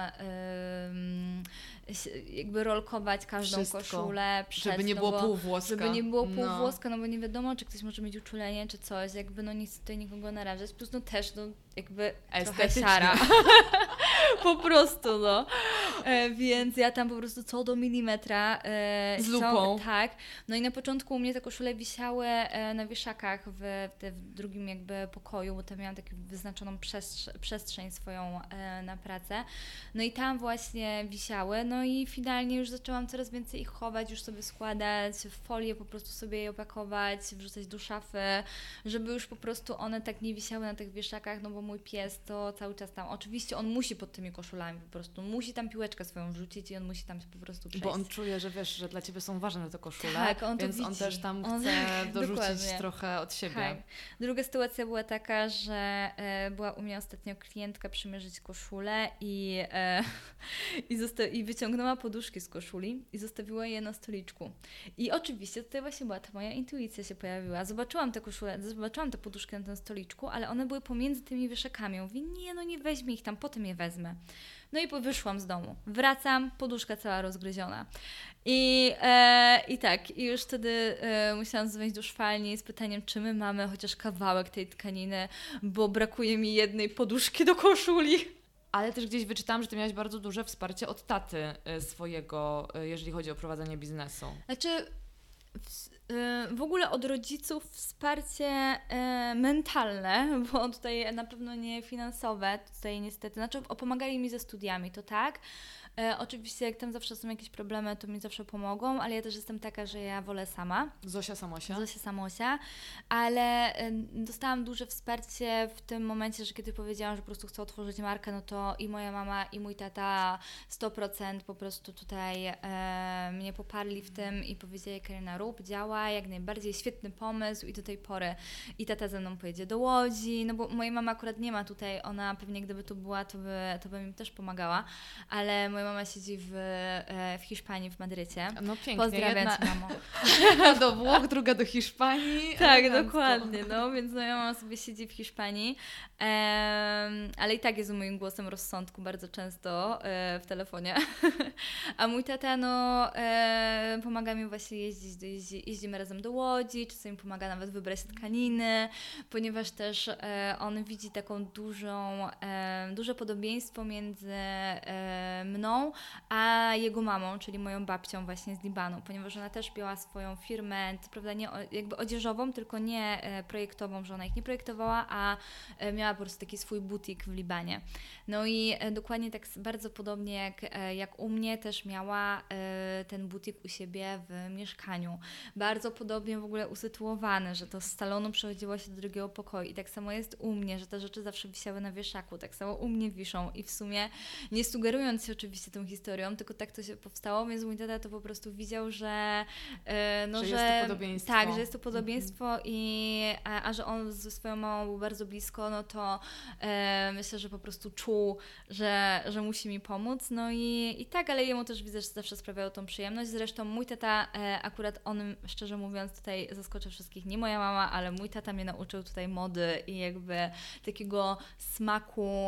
jakby rolkować każdą Wszystko. koszulę. Żeby nie było półwłoska. Żeby nie było półwłoska, no bo nie wiadomo, czy ktoś może mieć uczulenie, czy coś, jakby nie chcę tutaj nikogo narażać, plus też jakby trochę siara. Po prostu, więc ja tam po prostu co do milimetra z lupą. Tak. No i na początku u mnie te koszule wisiały na wieszakach w drugim jakby pokoju, bo tam miałam taką wyznaczoną przestrzeń swoją na pracę. No i tam właśnie wisiały, no i finalnie już zaczęłam coraz więcej ich chować, już sobie składać w folię, po prostu sobie je opakować, wrzucać do szafy, żeby już po prostu one tak nie wisiały na tych wieszakach, no bo mój pies to cały czas tam, oczywiście on musi pod tymi koszulami po prostu, musi tam piłeczkę swoją wrzucić i on musi tam się po prostu przejść. Bo on czuje, że wiesz, że dla Ciebie są ważne te koszule, tak, on więc to on widzi. też tam chce dorzucić dokładnie. Trochę od siebie. Tak. Druga sytuacja była taka, że była u mnie ostatnio klientka przymierzyć koszulę i wyciągnęła poduszki z koszuli i zostawiła je na stoliczku. I oczywiście tutaj właśnie była ta moja intuicja się pojawiła. Zobaczyłam tę koszulę, zobaczyłam tę poduszkę na tym stoliczku, ale one były pomiędzy tymi wieszakami. Mówię, nie weźmie ich tam, potem je wezmę. No i wyszłam z domu. Wracam, poduszka cała rozgryziona. I już wtedy musiałam dzwonić do szwalni z pytaniem, czy my mamy chociaż kawałek tej tkaniny, bo brakuje mi jednej poduszki do koszuli. Ale też gdzieś wyczytałam, że Ty miałaś bardzo duże wsparcie od taty swojego, jeżeli chodzi o prowadzenie biznesu. Znaczy, w ogóle od rodziców wsparcie mentalne, bo tutaj na pewno nie finansowe, tutaj niestety, znaczy pomagali mi ze studiami, to tak. Oczywiście jak tam zawsze są jakieś problemy, to mi zawsze pomogą, ale ja też jestem taka, że ja wolę sama. Zosia Samosia, ale dostałam duże wsparcie w tym momencie, że kiedy powiedziałam, że po prostu chcę otworzyć markę, no to i moja mama, i mój tata 100% po prostu tutaj mnie poparli w tym i powiedzieli, Karina, rób, działa, jak najbardziej, świetny pomysł i do tej pory i tata ze mną pojedzie do Łodzi, no bo mojej mama akurat nie ma tutaj, ona pewnie gdyby tu była, to by mi też pomagała, ale moja mama siedzi w Hiszpanii, w Madrycie. No pięknie. Pozdrawiam Cię, mamo. Jedna do Włoch, druga do Hiszpanii. Tak, dokładnie, więc moja mama sobie siedzi w Hiszpanii, ale i tak jest moim głosem rozsądku bardzo często w telefonie. A mój tata, pomaga mi właśnie jeździmy razem do Łodzi, czasami pomaga nawet wybrać tkaniny, ponieważ też on widzi taką duże podobieństwo między mną a jego mamą, czyli moją babcią właśnie z Libanu, ponieważ ona też miała swoją firmę, co prawda nie jakby odzieżową, tylko nie projektową, że ona ich nie projektowała, a miała po prostu taki swój butik w Libanie. No i dokładnie tak bardzo podobnie jak u mnie też miała ten butik u siebie w mieszkaniu. Bardzo podobnie w ogóle usytuowane, że to z salonu przechodziło się do drugiego pokoju i tak samo jest u mnie, że te rzeczy zawsze wisiały na wieszaku, tak samo u mnie wiszą i w sumie nie sugerując się oczywiście oczywiście tą historią, tylko tak to się powstało, więc mój tata to po prostu widział, że że jest to podobieństwo. Tak, że jest to podobieństwo a że on ze swoją mamą był bardzo blisko, no to myślę, że po prostu czuł, że musi mi pomóc, no i tak, ale jemu też widzę, że zawsze sprawiało tą przyjemność. Zresztą mój tata, akurat on, szczerze mówiąc, tutaj zaskoczę wszystkich, nie moja mama, ale mój tata mnie nauczył tutaj mody i jakby takiego smaku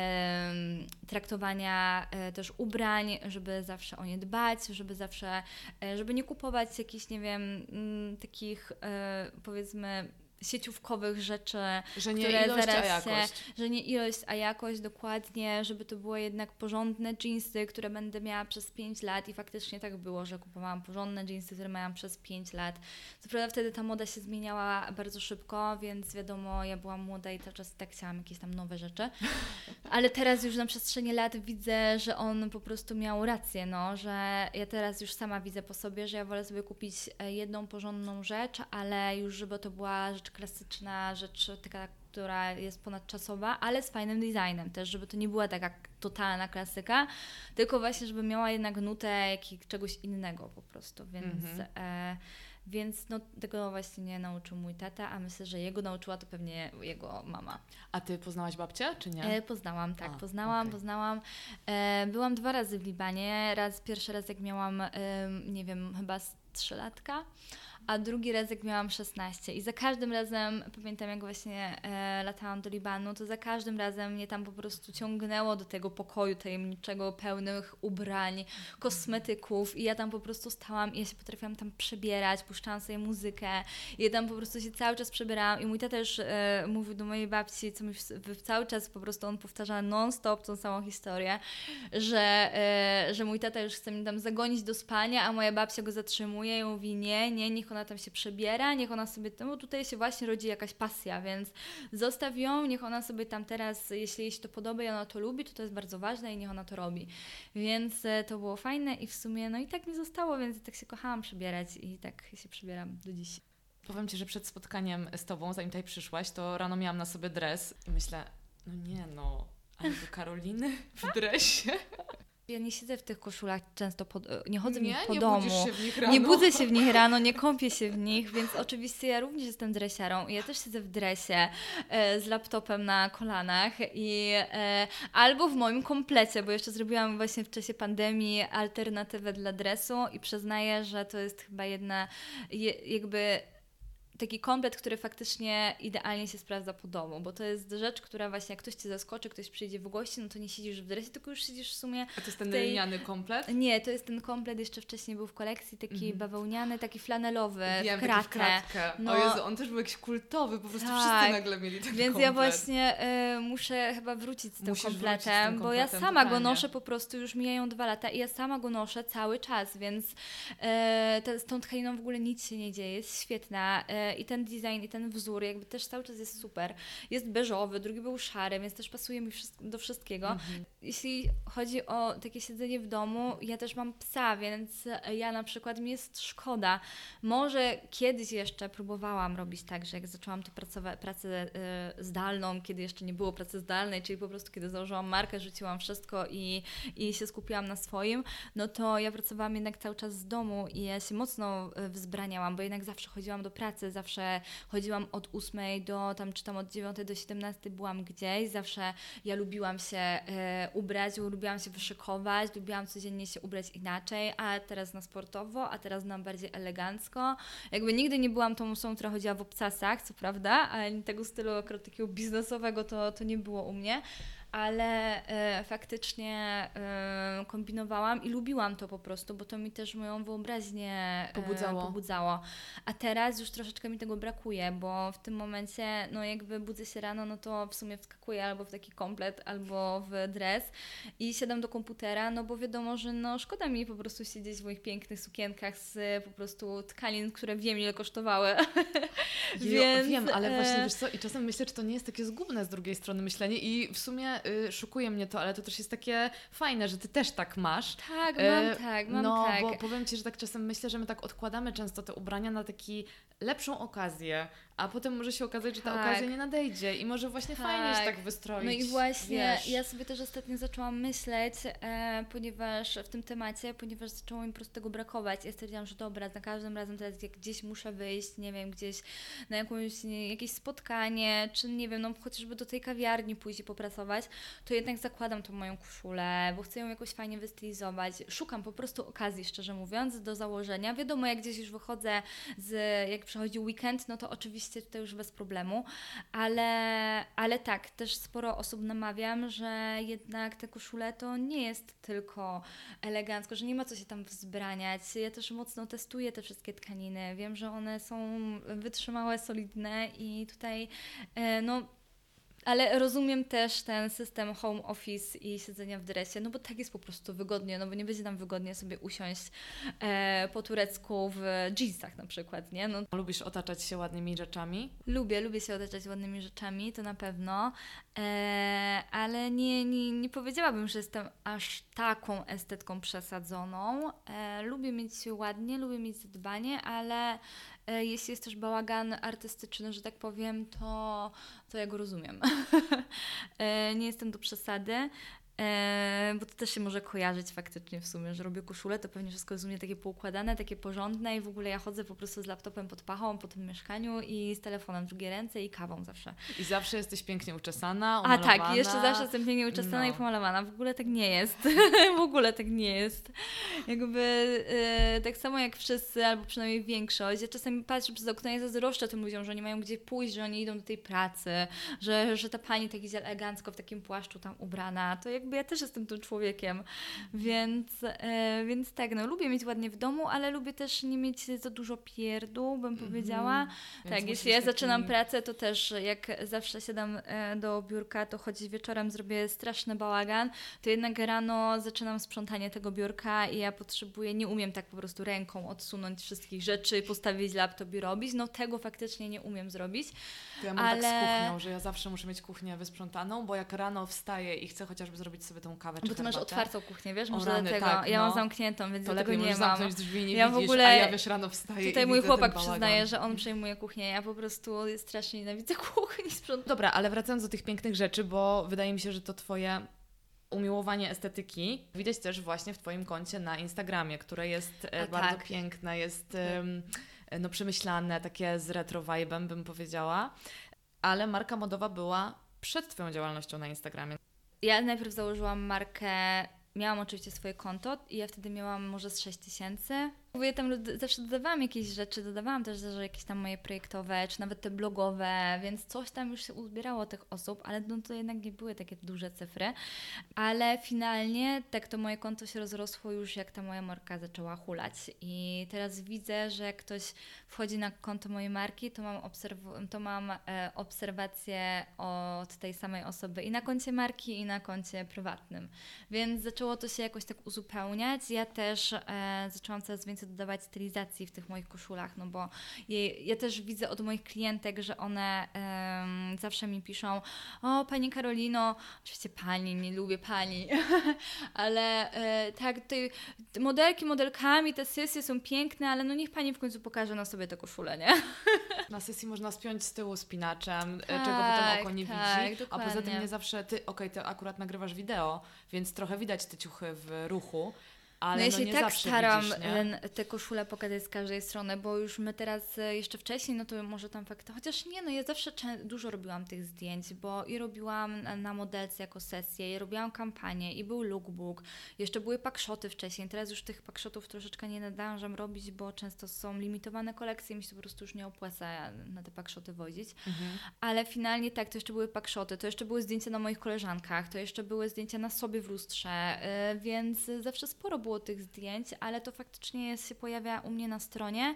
traktowania też ubrań, żeby zawsze o nie dbać, żeby nie kupować jakichś, nie wiem, takich powiedzmy sieciówkowych rzeczy, że nie które ilość, zaraz a jakość. że nie ilość, a jakość, dokładnie, żeby to były jednak porządne dżinsy, które będę miała przez 5 lat i faktycznie tak było, że kupowałam porządne dżinsy, które miałam przez 5 lat. Co prawda wtedy ta moda się zmieniała bardzo szybko, więc wiadomo, ja byłam młoda i cały czas tak chciałam jakieś tam nowe rzeczy, ale teraz już na przestrzeni lat widzę, że on po prostu miał rację, no, że ja teraz już sama widzę po sobie, że ja wolę sobie kupić jedną porządną rzecz, ale już żeby to była rzecz klasyczna, rzecz taka, która jest ponadczasowa, ale z fajnym designem też, żeby to nie była taka totalna klasyka, tylko właśnie, żeby miała jednak nutę czegoś innego po prostu, więc no, tego właśnie nie nauczył mój tata, a myślę, że jego nauczyła to pewnie jego mama. A Ty poznałaś babcię, czy nie? Poznałam, tak, poznałam. Byłam 2 razy w Libanie, pierwszy raz jak miałam, nie wiem, chyba 3-latka, a drugi raz jak miałam 16 i za każdym razem, pamiętam jak właśnie latałam do Libanu, to za każdym razem mnie tam po prostu ciągnęło do tego pokoju tajemniczego, pełnych ubrań, kosmetyków i ja tam po prostu stałam i ja się potrafiłam tam przebierać, puszczałam sobie muzykę i ja tam po prostu się cały czas przebierałam i mój tata już mówił do mojej babci, co mi cały czas po prostu on powtarza non-stop tą samą historię, że mój tata już chce mnie tam zagonić do spania, a moja babcia go zatrzymuje i mówi nie, niech ona tam się przebiera, niech ona sobie, bo tutaj się właśnie rodzi jakaś pasja, więc zostaw ją, niech ona sobie tam teraz, jeśli jej się to podoba i ona to lubi, to jest bardzo ważne i niech ona to robi. Więc to było fajne i w sumie, no i tak mi zostało, więc tak się kochałam przebierać i tak się przebieram do dziś. Powiem Ci, że przed spotkaniem z Tobą, zanim tutaj przyszłaś, to rano miałam na sobie dres i myślę, ale do Karoliny w dresie. Ja nie siedzę w tych koszulach często, nie chodzę w nich po nie domu, budzisz się w nich rano. Nie budzę się w nich rano, nie kąpię się w nich, więc oczywiście ja również jestem dresiarą i ja też siedzę w dresie z laptopem na kolanach albo w moim komplecie, bo jeszcze zrobiłam właśnie w czasie pandemii alternatywę dla dresu i przyznaję, że to jest chyba taki komplet, który faktycznie idealnie się sprawdza po domu, bo to jest rzecz, która właśnie jak ktoś Cię zaskoczy, ktoś przyjdzie w gości, no to nie siedzisz w dresie, tylko już siedzisz w sumie... A to jest ten lniany komplet? Nie, to jest ten komplet, jeszcze wcześniej był w kolekcji, taki bawełniany, taki flanelowy, wiem, w kratkę. W kratkę. No, o Jezu, on też był jakiś kultowy, po prostu tak, wszyscy nagle mieli ten więc komplet. ja właśnie muszę chyba wrócić z tym kompletem, bo ja sama go noszę po prostu, już mijają 2 lata i ja sama go noszę cały czas, więc z tą tkaniną w ogóle nic się nie dzieje, jest świetna i ten design i ten wzór jakby też cały czas jest super. Jest beżowy, drugi był szary, więc też pasuje mi do wszystkiego. Jeśli chodzi o takie siedzenie w domu, ja też mam psa, więc ja na przykład mi jest szkoda. Może kiedyś jeszcze próbowałam robić tak, że jak zaczęłam tę pracę zdalną, kiedy jeszcze nie było pracy zdalnej, czyli po prostu kiedy założyłam markę, rzuciłam wszystko i się skupiłam na swoim, no to ja pracowałam jednak cały czas z domu i ja się mocno wzbraniałam, bo jednak zawsze chodziłam do pracy, zawsze chodziłam od 8 czy tam od 9 do 17 byłam gdzieś, zawsze ja lubiłam się ubrać, lubiłam się wyszykować, lubiłam codziennie się ubrać inaczej, a teraz na sportowo, a teraz na bardziej elegancko. Jakby nigdy nie byłam tą osobą, która chodziła w obcasach, co prawda, ale tego stylu akurat takiego biznesowego to nie było u mnie. Ale faktycznie kombinowałam i lubiłam to po prostu, bo to mi też moją wyobraźnię pobudzało. A teraz już troszeczkę mi tego brakuje, bo w tym momencie, no jakby budzę się rano, no to w sumie wskakuję albo w taki komplet, albo w dres i siadam do komputera, no bo wiadomo, że no szkoda mi po prostu siedzieć w moich pięknych sukienkach z po prostu tkanin, które wiem ile kosztowały. Więc, wiem, ale właśnie wiesz co, i czasem myślę, czy to nie jest takie zgubne z drugiej strony myślenie i w sumie szokuje mnie to, ale to też jest takie fajne, że Ty też tak masz. Tak, mam tak. Bo powiem Ci, że tak czasem myślę, że my tak odkładamy często te ubrania na taki lepszą okazję, a potem może się okazać, że ta Tak. okazja nie nadejdzie i może właśnie fajnie się tak wystroić. No i właśnie wiesz. ja sobie też ostatnio zaczęłam myśleć, ponieważ w tym temacie, ponieważ zaczęło mi po prostu tego brakować. Ja stwierdziłam, że dobra, za każdym razem teraz jak gdzieś muszę wyjść, nie wiem, gdzieś na jakieś spotkanie, czy nie wiem, no chociażby do tej kawiarni pójść i popracować, to jednak zakładam tą moją koszulę, bo chcę ją jakoś fajnie wystylizować. Szukam po prostu okazji, szczerze mówiąc, do założenia. Wiadomo, jak gdzieś już wychodzę, jak przychodzi weekend, no to oczywiście tutaj już bez problemu, ale tak, też sporo osób namawiam, że jednak te koszule to nie jest tylko elegancko, że nie ma co się tam wzbraniać. Ja też mocno testuję te wszystkie tkaniny. Wiem, że one są wytrzymałe, solidne i tutaj no ale rozumiem też ten system home office i siedzenia w dresie, no bo tak jest po prostu wygodnie, no bo nie będzie tam wygodnie sobie usiąść po turecku w jeansach na przykład, nie? No, Lubisz otaczać się ładnymi rzeczami? lubię się otaczać ładnymi rzeczami, to na pewno, ale nie powiedziałabym, że jestem aż taką estetką przesadzoną. Lubię mieć ładnie, lubię mieć zadbanie, ale jeśli jest też bałagan artystyczny, że tak powiem, to ja go rozumiem. Nie jestem do przesady, bo to też się może kojarzyć faktycznie w sumie, że robię koszulę, to pewnie wszystko jest u mnie takie poukładane, takie porządne i w ogóle ja chodzę po prostu z laptopem pod pachą po tym mieszkaniu i z telefonem w drugiej ręce i kawą zawsze. I zawsze jesteś pięknie uczesana, A umalowana. tak, jeszcze zawsze jestem pięknie uczesana i pomalowana. W ogóle tak nie jest. W ogóle tak nie jest. Jakby tak samo jak wszyscy, albo przynajmniej większość. Ja czasami patrzę przez okno i zazdroszczę tym ludziom, że oni mają gdzie pójść, że oni idą do tej pracy, że ta pani tak idzie elegancko w takim płaszczu tam ubrana. To jakby ja też jestem tym człowiekiem. Więc tak, no lubię mieć ładnie w domu, ale lubię też nie mieć za dużo pierdół, bym powiedziała. Tak, jeśli ja zaczynam pracę, to też jak zawsze siadam do biurka, to choć wieczorem zrobię straszny bałagan, to jednak rano zaczynam sprzątanie tego biurka i ja nie umiem tak po prostu ręką odsunąć wszystkich rzeczy, postawić laptop i robić. No tego faktycznie nie umiem zrobić. To ja mam tak z kuchnią, że ja zawsze muszę mieć kuchnię wysprzątaną, bo jak rano wstaję i chcę chociażby zrobić sobie tą kawę czy bo ty masz herbatę, otwartą kuchnię, wiesz? Może rany, dlatego. tak, ja mam no. zamkniętą, więc to tego lepiej nie możesz mam. zamknąć drzwi, nie Ja w widzisz, ogóle- a ja wiesz, rano wstaję Tutaj i mój widzę chłopak ten bałagan. przyznaje, że on przejmuje kuchnię. Ja po prostu strasznie nienawidzę kuchni, sprzątania. Dobra, ale wracając do tych pięknych rzeczy, bo wydaje mi się, że to Twoje umiłowanie estetyki widać też właśnie w Twoim koncie na Instagramie, które jest bardzo tak. piękne, jest no, przemyślane, takie z retro vibe'em, bym powiedziała. Ale marka modowa była przed Twoją działalnością na Instagramie. Ja najpierw założyłam markę, miałam oczywiście swoje konto i ja wtedy miałam może z 6 000. Ja tam zawsze dodawałam jakieś rzeczy, dodawałam też jakieś tam moje projektowe, czy nawet te blogowe, więc coś tam już się uzbierało tych osób, ale no to jednak nie były takie duże cyfry. Ale finalnie tak to moje konto się rozrosło już jak ta moja marka zaczęła hulać. I teraz widzę, że jak ktoś wchodzi na konto mojej marki, to mam obserwacje od tej samej osoby i na koncie marki, i na koncie prywatnym. Więc zaczęło to się jakoś tak uzupełniać. Ja też zaczęłam coraz więcej dodawać stylizacji w tych moich koszulach, no bo ja też widzę od moich klientek, że one zawsze mi piszą: o, Pani Karolino, oczywiście Pani, nie lubię Pani, ale tak, tutaj modelkami, te sesje są piękne, ale no niech Pani w końcu pokaże na sobie te koszule, nie? Na sesji można spiąć z tyłu spinaczem, czego potem oko nie widzi, dokładnie. a poza tym nie zawsze ty akurat nagrywasz wideo, więc trochę widać te ciuchy w ruchu. Ale no ja się nie tak zawsze staram widzisz, nie? te koszule pokazać z każdej strony, bo już my teraz jeszcze wcześniej, no to może tam fakty, chociaż nie, no ja zawsze dużo robiłam tych zdjęć, bo i robiłam na modelce jako sesję, i robiłam kampanię, i był lookbook, jeszcze były packshoty wcześniej, teraz już tych packshotów troszeczkę nie nadążam robić, bo często są limitowane kolekcje, mi się po prostu już nie opłaca na te packshoty wozić, ale finalnie tak, to jeszcze były packshoty, to jeszcze były zdjęcia na moich koleżankach, to jeszcze były zdjęcia na sobie w lustrze, więc zawsze sporo było tych zdjęć, ale to faktycznie się pojawia u mnie na stronie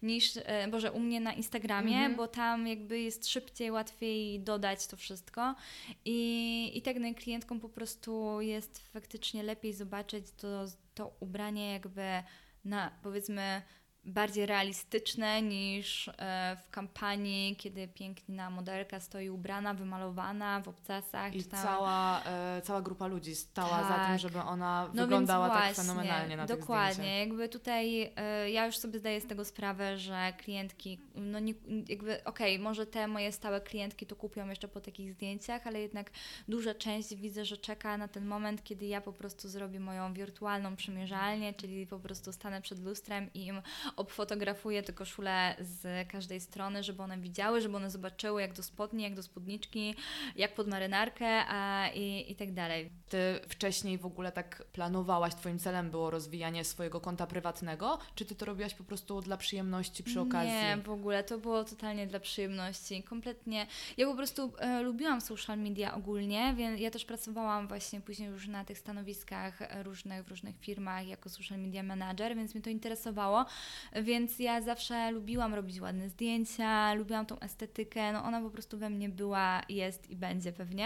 u mnie na Instagramie, bo tam jakby jest szybciej, łatwiej dodać to wszystko i tak klientkom po prostu jest faktycznie lepiej zobaczyć to ubranie jakby na, powiedzmy, bardziej realistyczne niż w kampanii, kiedy piękna modelka stoi ubrana, wymalowana w obcasach. I cała grupa ludzi stała za tym, żeby ona No wyglądała więc tak fenomenalnie na tych dokładnie. zdjęciach. Jakby tutaj ja już sobie zdaję z tego sprawę, że klientki, no nie, jakby okej, może te moje stałe klientki to kupią jeszcze po takich zdjęciach, ale jednak duża część widzę, że czeka na ten moment, kiedy ja po prostu zrobię moją wirtualną przymierzalnię, czyli po prostu stanę przed lustrem i im obfotografuję te koszule z każdej strony, żeby one widziały, żeby one zobaczyły jak do spodni, jak do spódniczki, jak pod marynarkę i tak dalej. Ty wcześniej w ogóle tak planowałaś, twoim celem było rozwijanie swojego konta prywatnego, czy ty to robiłaś po prostu dla przyjemności przy okazji? Nie, w ogóle, to było totalnie dla przyjemności, kompletnie. Ja po prostu lubiłam social media ogólnie, więc ja też pracowałam właśnie później już na tych stanowiskach w różnych firmach jako social media manager, więc mnie to interesowało, więc ja zawsze lubiłam robić ładne zdjęcia, lubiłam tą estetykę, no ona po prostu we mnie była, jest i będzie pewnie,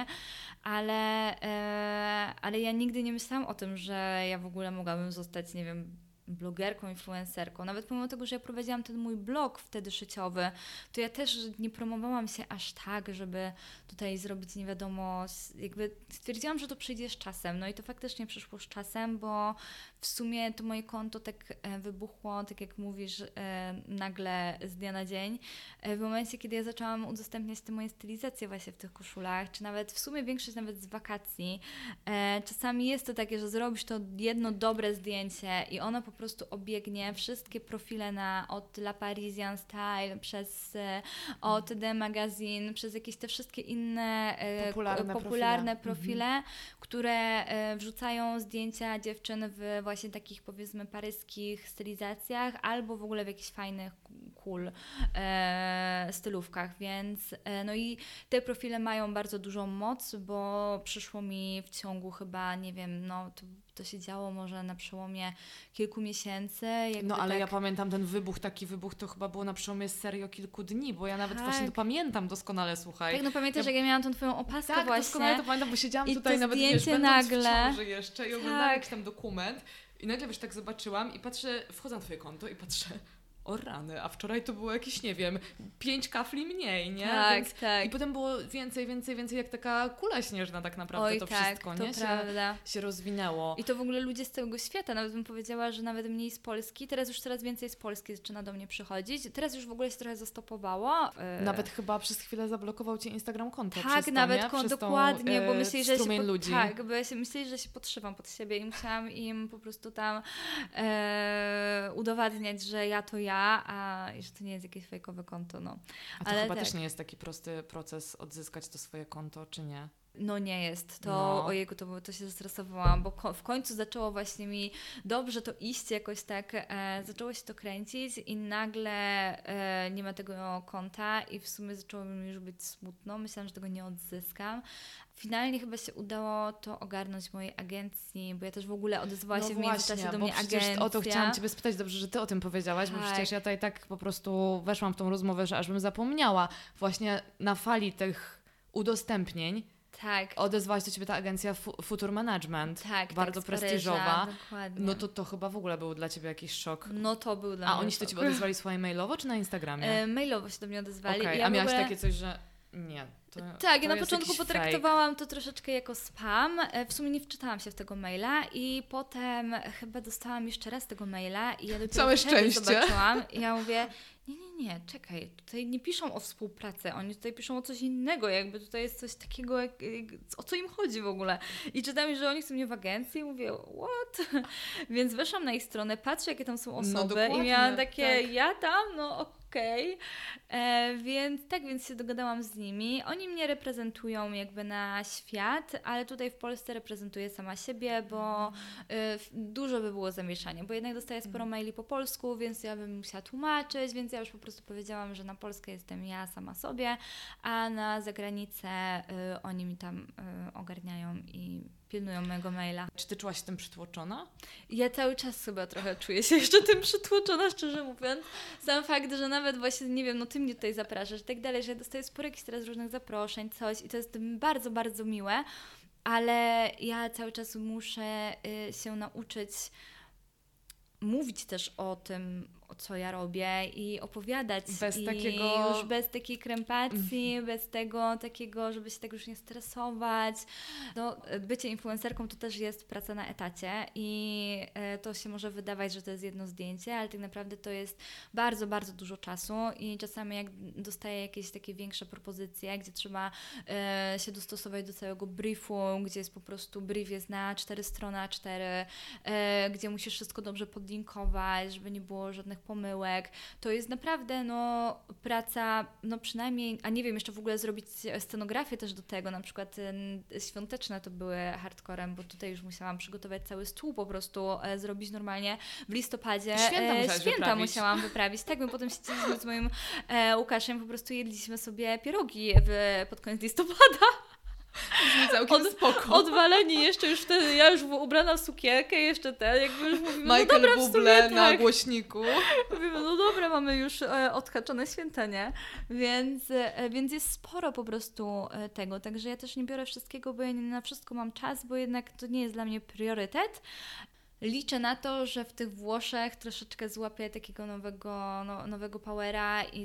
ale ja nigdy nie myślałam o tym, że ja w ogóle mogłabym zostać, nie wiem, blogerką, influencerką. Nawet pomimo tego, że ja prowadziłam ten mój blog wtedy szyciowy, to ja też nie promowałam się aż tak, żeby tutaj zrobić nie wiadomo, jakby stwierdziłam, że to przyjdzie z czasem. No i to faktycznie przyszło z czasem, bo w sumie to moje konto tak wybuchło, tak jak mówisz, nagle z dnia na dzień. W momencie, kiedy ja zaczęłam udostępniać te moje stylizacje właśnie w tych koszulach, czy nawet w sumie większość nawet z wakacji, czasami jest to takie, że zrobisz to jedno dobre zdjęcie i ono po prostu obiegnie wszystkie profile od La Parisian Style, przez OTD Magazine, przez jakieś te wszystkie inne popularne profile, które wrzucają zdjęcia dziewczyn w właśnie takich powiedzmy paryskich stylizacjach albo w ogóle w jakichś fajnych cool stylówkach, więc no i te profile mają bardzo dużą moc, bo przyszło mi w ciągu chyba, nie wiem, no to się działo może na przełomie kilku miesięcy. No ale ja pamiętam ten taki wybuch to chyba było na przełomie serio kilku dni, bo ja nawet właśnie to pamiętam doskonale, słuchaj. Tak, no pamiętasz, jak ja miałam tą twoją opaskę tak, właśnie. Doskonale to pamiętam, bo siedziałam i tutaj to nawet, zdjęcie będąc nagle. w ciąży jeszcze i oglądałam jakiś tam dokument i nagle tak zobaczyłam i patrzę, wchodzę na twoje konto i patrzę, o rany, a wczoraj to było jakieś, nie wiem, 5 kafli mniej, nie? Tak, więc, tak. I potem było więcej, jak taka kula śnieżna tak naprawdę. Oj, to tak, wszystko, to nie? prawda. Się rozwinęło. I to w ogóle ludzie z całego świata, nawet bym powiedziała, że nawet mniej z Polski, teraz już coraz więcej z Polski zaczyna do mnie przychodzić, teraz już w ogóle się trochę zastopowało. Nawet chyba przez chwilę zablokował Cię Instagram konto. Tak, przez nawet dokładnie, bo myśleli, że się ludzi. Tak, bo myśleli, że się podszywam pod siebie i musiałam im po prostu tam udowadniać, że ja to ja, i że to nie jest jakieś fejkowe konto, no. A to chyba też nie jest taki prosty proces odzyskać to swoje konto, czy nie? No nie jest. Ojejku, to się zestresowałam, bo w końcu zaczęło właśnie mi dobrze to iść, jakoś tak zaczęło się to kręcić i nagle nie ma tego konta i w sumie zaczęło mi już być smutno. Myślałam, że tego nie odzyskam. Finalnie chyba się udało to ogarnąć w mojej agencji, bo ja też w ogóle odezwała się w międzyczasie do mnie agencja. O to chciałam Ciebie spytać, dobrze, że Ty o tym powiedziałaś, bo przecież ja tutaj tak po prostu weszłam w tą rozmowę, że aż bym zapomniała. Właśnie na fali tych udostępnień tak. odezwała się do Ciebie ta agencja Future Management, tak, bardzo tak, prestiżowa. Dokładnie. No to chyba w ogóle był dla Ciebie jakiś szok. No to był dla mnie A oni się do Ciebie odezwali słuchaj mailowo czy na Instagramie? Mailowo się do mnie odezwali. Okay. A miałaś takie coś, że nie. Tak, ja na początku potraktowałam to troszeczkę jako spam. W sumie nie wczytałam się w tego maila i potem chyba dostałam jeszcze raz tego maila i ja dopiero wtedy zobaczyłam i ja mówię, nie, czekaj, tutaj nie piszą o współpracy, oni tutaj piszą o coś innego, jakby tutaj jest coś takiego, o co im chodzi w ogóle. I czytam, że oni chcą mnie w agencji i mówię, what? Więc weszłam na ich stronę, patrzę, jakie tam są osoby i miałam takie, tak. Ja tam, no okej. Więc się dogadałam z nimi. Oni mnie reprezentują jakby na świat, ale tutaj w Polsce reprezentuję sama siebie, bo dużo by było zamieszania, bo jednak dostaję sporo maili po polsku, więc ja bym musiała tłumaczyć, więc ja już po prostu powiedziałam, że na Polskę jestem ja sama sobie, a na zagranicę oni mi tam ogarniają i pilnują mojego maila. Czy Ty czułaś się tym przytłoczona? Ja cały czas chyba trochę czuję się jeszcze tym przytłoczona, szczerze mówiąc. Sam fakt, że nawet właśnie, nie wiem, no Ty mnie tutaj zapraszasz i tak dalej, że ja dostaję sporo jakichś teraz różnych zaproszeń, coś i to jest bardzo, bardzo miłe, ale ja cały czas muszę się nauczyć mówić też o tym, co ja robię i opowiadać. Bez I takiego... już bez takiej krępacji, bez tego takiego, żeby się tak już nie stresować. No, bycie influencerką to też jest praca na etacie i to się może wydawać, że to jest jedno zdjęcie, ale tak naprawdę to jest bardzo, bardzo dużo czasu i czasami jak dostaję jakieś takie większe propozycje, gdzie trzeba się dostosować do całego briefu, gdzie jest po prostu brief jest na 4 strony A4, gdzie musisz wszystko dobrze podlinkować, żeby nie było żadnych pomyłek. To jest naprawdę praca, przynajmniej, a nie wiem, jeszcze w ogóle zrobić scenografię też do tego, na przykład świąteczne to były hardcorem, bo tutaj już musiałam przygotować cały stół po prostu, zrobić normalnie w listopadzie. Święta musiałam wyprawić. Tak, my potem siedzieliśmy z moim Łukaszem, po prostu jedliśmy sobie pierogi pod koniec listopada. Całkiem spoko. Odwaleni jeszcze już wtedy, ja już ubrana w sukienkę, jeszcze jakby już mówimy, Michael Bublé na głośniku. Mówimy, dobra, mamy już odhaczone święta, nie? Więc jest sporo po prostu tego, także ja też nie biorę wszystkiego, bo ja nie na wszystko mam czas, bo jednak to nie jest dla mnie priorytet. Liczę na to, że w tych Włoszech troszeczkę złapię takiego nowego powera i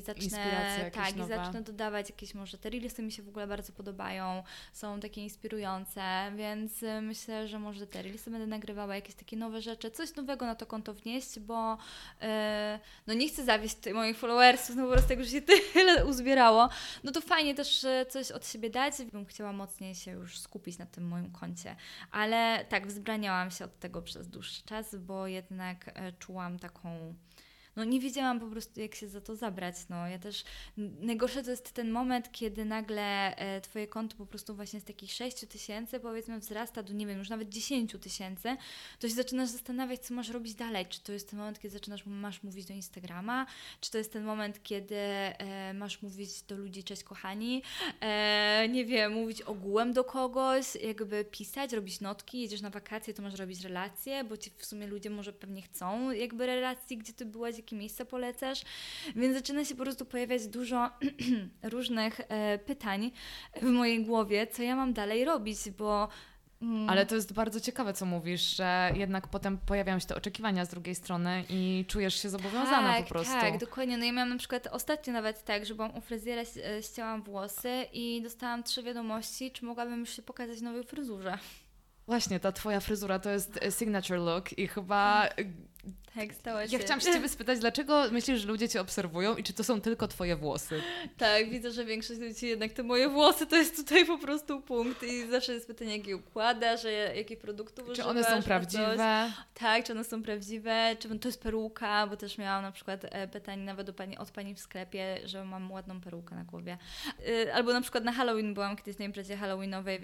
zacznę dodawać jakieś, może te reelsy mi się w ogóle bardzo podobają, są takie inspirujące, więc myślę, że może te reelsy będę nagrywała, jakieś takie nowe rzeczy, coś nowego na to konto wnieść, bo nie chcę zawieść moich followersów, po prostu jak już się tyle uzbierało, to fajnie też coś od siebie dać, bym chciała mocniej się już skupić na tym moim koncie, ale tak, wzbraniałam się od tego przez dłuższy czas, bo jednak czułam taką... nie wiedziałam po prostu, jak się za to zabrać. Ja też... Najgorsze to jest ten moment, kiedy nagle Twoje konto po prostu właśnie z takich 6 000, powiedzmy, wzrasta do, nie wiem, już nawet 10 000, to się zaczynasz zastanawiać, co masz robić dalej. Czy to jest ten moment, kiedy masz mówić do Instagrama? Czy to jest ten moment, kiedy masz mówić do ludzi, cześć kochani? Nie wiem, mówić ogółem do kogoś, jakby pisać, robić notki, jedziesz na wakacje, to masz robić relacje, bo Ci w sumie ludzie może pewnie chcą jakby relacji, gdzie Ty byłaś, jakie miejsca polecasz, więc zaczyna się po prostu pojawiać dużo różnych pytań w mojej głowie, co ja mam dalej robić, bo... Ale to jest bardzo ciekawe, co mówisz, że jednak potem pojawiają się te oczekiwania z drugiej strony i czujesz się zobowiązana po prostu. Tak, dokładnie. Ja miałam na przykład ostatnio nawet tak, że byłam u fryzjera, ścięłam włosy i dostałam 3 wiadomości, czy mogłabym już się pokazać w nowej fryzurze. Właśnie, ta Twoja fryzura to jest signature look i chyba... Tak, stała się. Ja chciałam się Ciebie spytać, dlaczego myślisz, że ludzie Cię obserwują i czy to są tylko Twoje włosy? Tak, widzę, że większość ludzi jednak te moje włosy to jest tutaj po prostu punkt i zawsze jest pytanie, jak je układasz, jakich produktów używasz. Czy one są prawdziwe? Tak, czy one są prawdziwe, czy to jest peruka, bo też miałam na przykład pytanie nawet od pani w sklepie, że mam ładną perukę na głowie. Albo na przykład na Halloween byłam kiedyś na imprezie halloweenowej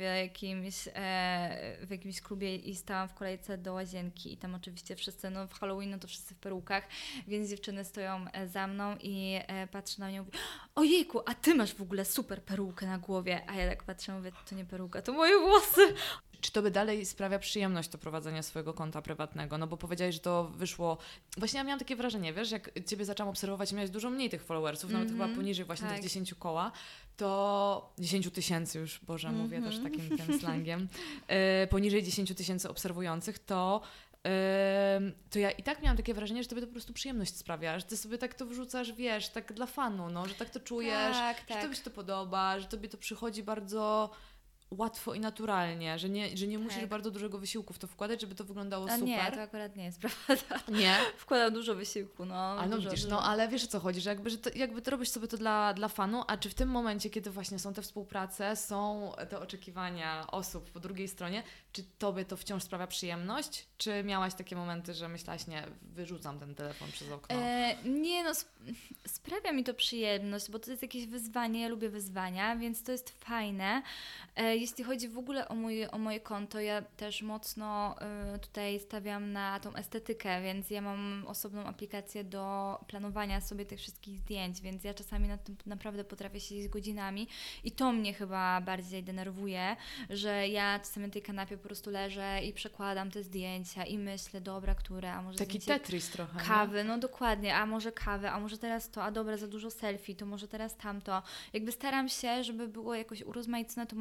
w jakimś klubie i stałam w kolejce do łazienki i tam oczywiście wszyscy, w Halloween to wszyscy w perukach, więc dziewczyny stoją za mną i patrzą na mnie i mówią, ojejku, a Ty masz w ogóle super perukę na głowie, a ja tak patrzę i mówię, to nie peruka, to moje włosy. Czy Tobie dalej sprawia przyjemność to prowadzenie swojego konta prywatnego? Bo powiedziałeś, że to wyszło... Właśnie ja miałam takie wrażenie, wiesz, jak Ciebie zaczęłam obserwować i miałeś dużo mniej tych followersów, nawet chyba poniżej właśnie tych 10 koła, to 10 000 już, Boże, mówię też takim tym slangiem, poniżej 10 000 obserwujących, to ja i tak miałam takie wrażenie, że Tobie to po prostu przyjemność sprawia, że Ty sobie tak to wrzucasz, wiesz, tak dla fanu, że tak to czujesz, że Tobie się to podoba, że Tobie to przychodzi bardzo łatwo i naturalnie, że nie musisz bardzo dużego wysiłku w to wkładać, żeby to wyglądało super. Nie, to akurat nie jest prawda. Nie? Wkładam dużo wysiłku, Ale widzisz, ale wiesz o co chodzi, że jakby to robisz sobie to dla fanu, a czy w tym momencie, kiedy właśnie są te współprace, są te oczekiwania osób po drugiej stronie, czy Tobie to wciąż sprawia przyjemność? Czy miałaś takie momenty, że myślałaś, nie, wyrzucam ten telefon przez okno? Nie, sprawia mi to przyjemność, bo to jest jakieś wyzwanie, ja lubię wyzwania, więc to jest fajne. Jeśli chodzi w ogóle o moje konto, ja też mocno tutaj stawiam na tą estetykę, więc ja mam osobną aplikację do planowania sobie tych wszystkich zdjęć, więc ja czasami nad tym naprawdę potrafię siedzieć godzinami i to mnie chyba bardziej denerwuje, że ja czasami na tej kanapie po prostu leżę i przekładam te zdjęcia i myślę, dobra, które, a może taki Tetris trochę. Kawy, dokładnie, a może kawy, a może teraz to, a dobra, za dużo selfie, to może teraz tamto. Jakby staram się, żeby było jakoś urozmaicone to moje konto.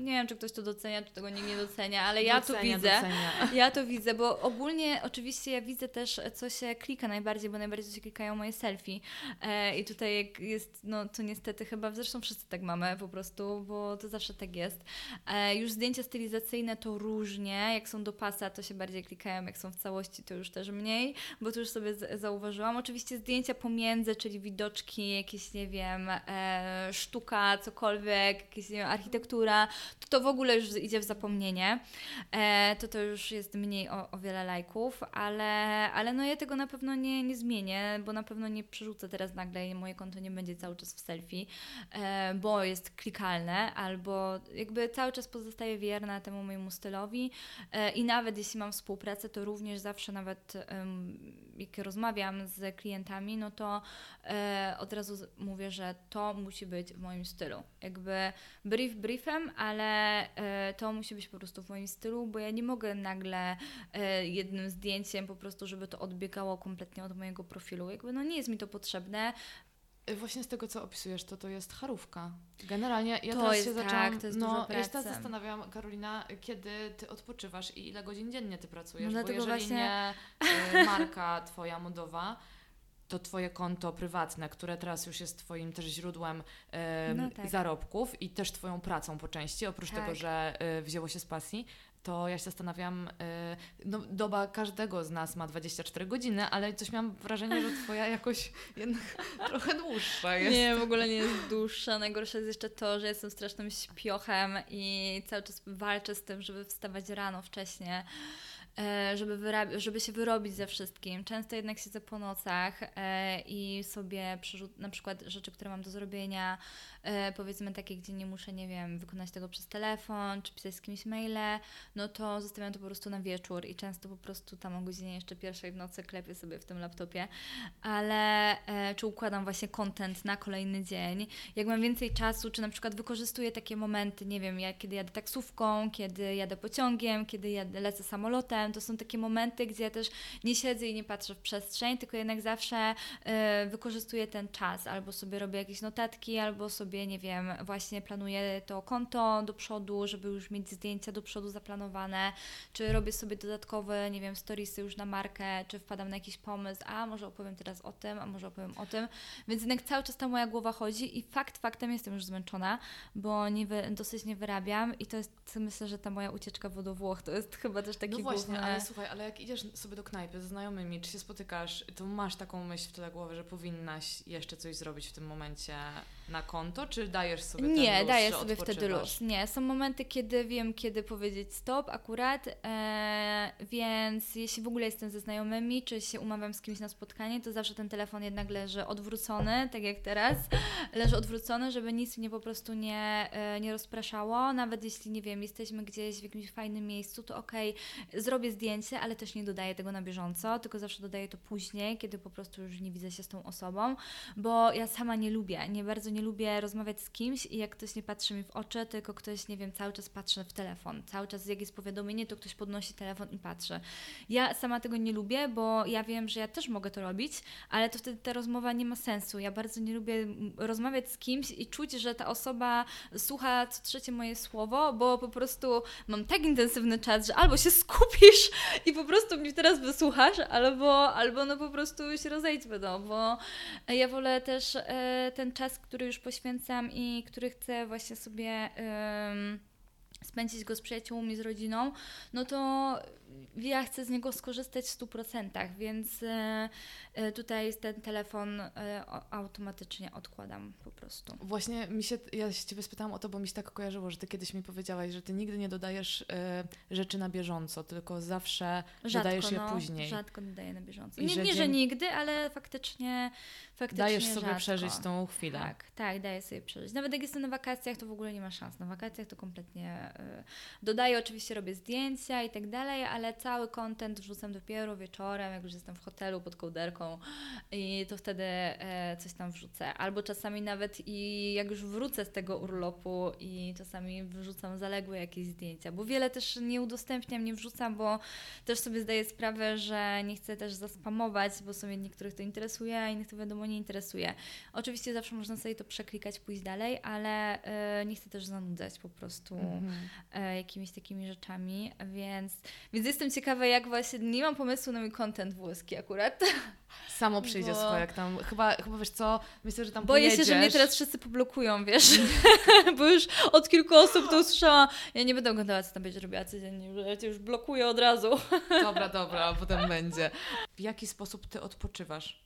nie wiem, czy ktoś to docenia, czy tego nikt nie docenia, ale ja to widzę. Docenia. Ja to widzę, bo ogólnie oczywiście ja widzę też, co się klika najbardziej, bo najbardziej się klikają moje selfie. I tutaj jak jest, no to niestety chyba, zresztą wszyscy tak mamy po prostu, bo to zawsze tak jest. Już zdjęcia stylizacyjne to różnie, jak są do pasa, to się bardziej klikają, jak są w całości, to już też mniej, bo to już sobie zauważyłam. Oczywiście zdjęcia pomiędzy, czyli widoczki, jakieś, nie wiem, sztuka, cokolwiek, jakieś, nie wiem, architektura, to w ogóle już idzie w zapomnienie. To już jest mniej o wiele lajków, ale no ja tego na pewno nie zmienię, bo na pewno nie przerzucę teraz nagle i moje konto nie będzie cały czas w selfie, bo jest klikalne, albo jakby cały czas pozostaję wierna temu mojemu stylowi i nawet jeśli mam współpracę, to również zawsze nawet jak rozmawiam z klientami, no to od razu mówię, że to musi być w moim stylu. Jakby briefem, ale to musi być po prostu w moim stylu, bo ja nie mogę nagle jednym zdjęciem po prostu, żeby to odbiegało kompletnie od mojego profilu. Jakby no nie jest mi to potrzebne. Właśnie z tego, co opisujesz, to jest charówka. Generalnie ja to teraz jest, się zaczęłam... Tak, to jest dużo pracy. Ja się teraz zastanawiam, Karolina, kiedy Ty odpoczywasz i ile godzin dziennie Ty pracujesz, no bo jeżeli właśnie... nie marka Twoja modowa, to Twoje konto prywatne, które teraz już jest Twoim też źródłem zarobków i też Twoją pracą po części, oprócz tego, że wzięło się z pasji, to ja się zastanawiam, doba każdego z nas ma 24 godziny, ale coś miałam wrażenie, że Twoja jakoś jednak trochę dłuższa jest. Nie, w ogóle nie jest dłuższa. Najgorsze jest jeszcze to, że jestem strasznym śpiochem i cały czas walczę z tym, żeby wstawać rano wcześnie, żeby się wyrobić ze wszystkim. Często jednak siedzę po nocach i sobie na przykład rzeczy, które mam do zrobienia, powiedzmy takie, gdzie nie muszę, nie wiem, wykonać tego przez telefon, czy pisać z kimś maile, no to zostawiam to po prostu na wieczór i często po prostu tam o godzinie jeszcze 1 w nocy klepię sobie w tym laptopie, ale czy układam właśnie content na kolejny dzień. Jak mam więcej czasu, czy na przykład wykorzystuję takie momenty, nie wiem, kiedy jadę taksówką, kiedy jadę pociągiem, kiedy lecę samolotem, to są takie momenty, gdzie ja też nie siedzę i nie patrzę w przestrzeń, tylko jednak zawsze wykorzystuję ten czas, albo sobie robię jakieś notatki, albo sobie, nie wiem, właśnie planuję to konto do przodu, żeby już mieć zdjęcia do przodu zaplanowane, czy robię sobie dodatkowe, nie wiem, storiesy już na markę, czy wpadam na jakiś pomysł, a może opowiem teraz o tym, a może opowiem o tym, więc jednak cały czas ta moja głowa chodzi i faktem jestem już zmęczona, bo dosyć nie wyrabiam i to jest, myślę, że ta moja ucieczka do Włoch to jest chyba też taki właśnie, ale słuchaj, ale jak idziesz sobie do knajpy ze znajomymi, czy się spotykasz, to masz taką myśl w tyle głowy, że powinnaś jeszcze coś zrobić w tym momencie na konto, czy dajesz sobie ten luz, Nie, daję że sobie wtedy luz. Nie, są momenty, kiedy wiem, kiedy powiedzieć stop akurat, więc jeśli w ogóle jestem ze znajomymi, czy się umawiam z kimś na spotkanie, to zawsze ten telefon jednak leży odwrócony, tak jak teraz, leży odwrócony, żeby nic mnie po prostu nie rozpraszało, nawet jeśli, nie wiem, jesteśmy gdzieś w jakimś fajnym miejscu, to okej, zrobię zdjęcie, ale też nie dodaję tego na bieżąco, tylko zawsze dodaję to później, kiedy po prostu już nie widzę się z tą osobą, bo ja sama bardzo nie lubię rozmawiać z kimś i jak ktoś nie patrzy mi w oczy, tylko ktoś, nie wiem, cały czas patrzy w telefon, cały czas jak jest powiadomienie, to ktoś podnosi telefon i patrzy. Ja sama tego nie lubię, bo ja wiem, że ja też mogę to robić, ale to wtedy ta rozmowa nie ma sensu. Ja bardzo nie lubię rozmawiać z kimś i czuć, że ta osoba słucha co trzecie moje słowo, bo po prostu mam tak intensywny czas, że albo się skupisz i po prostu mnie teraz wysłuchasz, albo no po prostu się rozejdźmy, no, bo ja wolę też ten czas, który już poświęcam i który chcę właśnie sobie spędzić go z przyjaciółmi, z rodziną, no to ja chcę z niego skorzystać w 100%, więc tutaj ten telefon automatycznie odkładam po prostu. Właśnie ja się Ciebie spytałam o to, bo mi się tak kojarzyło, że Ty kiedyś mi powiedziałaś, że Ty nigdy nie dodajesz rzeczy na bieżąco, tylko zawsze dodajesz je później. Rzadko dodaję na bieżąco. Nie, że nigdy, ale faktycznie dajesz sobie rzadko. przeżyć tą chwilę. Tak, daję sobie przeżyć. Nawet jak jestem na wakacjach, to w ogóle nie ma szans. Na wakacjach to kompletnie dodaję, oczywiście robię zdjęcia i tak dalej, ale cały content wrzucam dopiero wieczorem, jak już jestem w hotelu pod kołderką i to wtedy coś tam wrzucę. Albo czasami nawet i jak już wrócę z tego urlopu i czasami wrzucam zaległe jakieś zdjęcia, bo wiele też nie udostępniam, nie wrzucam, bo też sobie zdaję sprawę, że nie chcę też zaspamować, bo są jedni, których to interesuje, a innych to wiadomo nie interesuje. Oczywiście zawsze można sobie to przeklikać, pójść dalej, ale nie chcę też zanudzać po prostu jakimiś takimi rzeczami, więc jestem ciekawa, jak właśnie, nie mam pomysłu na mój content włoski akurat. Samo przyjdzie swoje, jak tam, chyba wiesz co, myślę, że tam Boję pojedziesz. się, że mnie teraz wszyscy poblokują, wiesz, bo już od kilku osób to usłyszałam, ja nie będę oglądała, co tam będziesz robiła codziennie, ja Cię już blokuję od razu. Dobra, a potem będzie. W jaki sposób Ty odpoczywasz?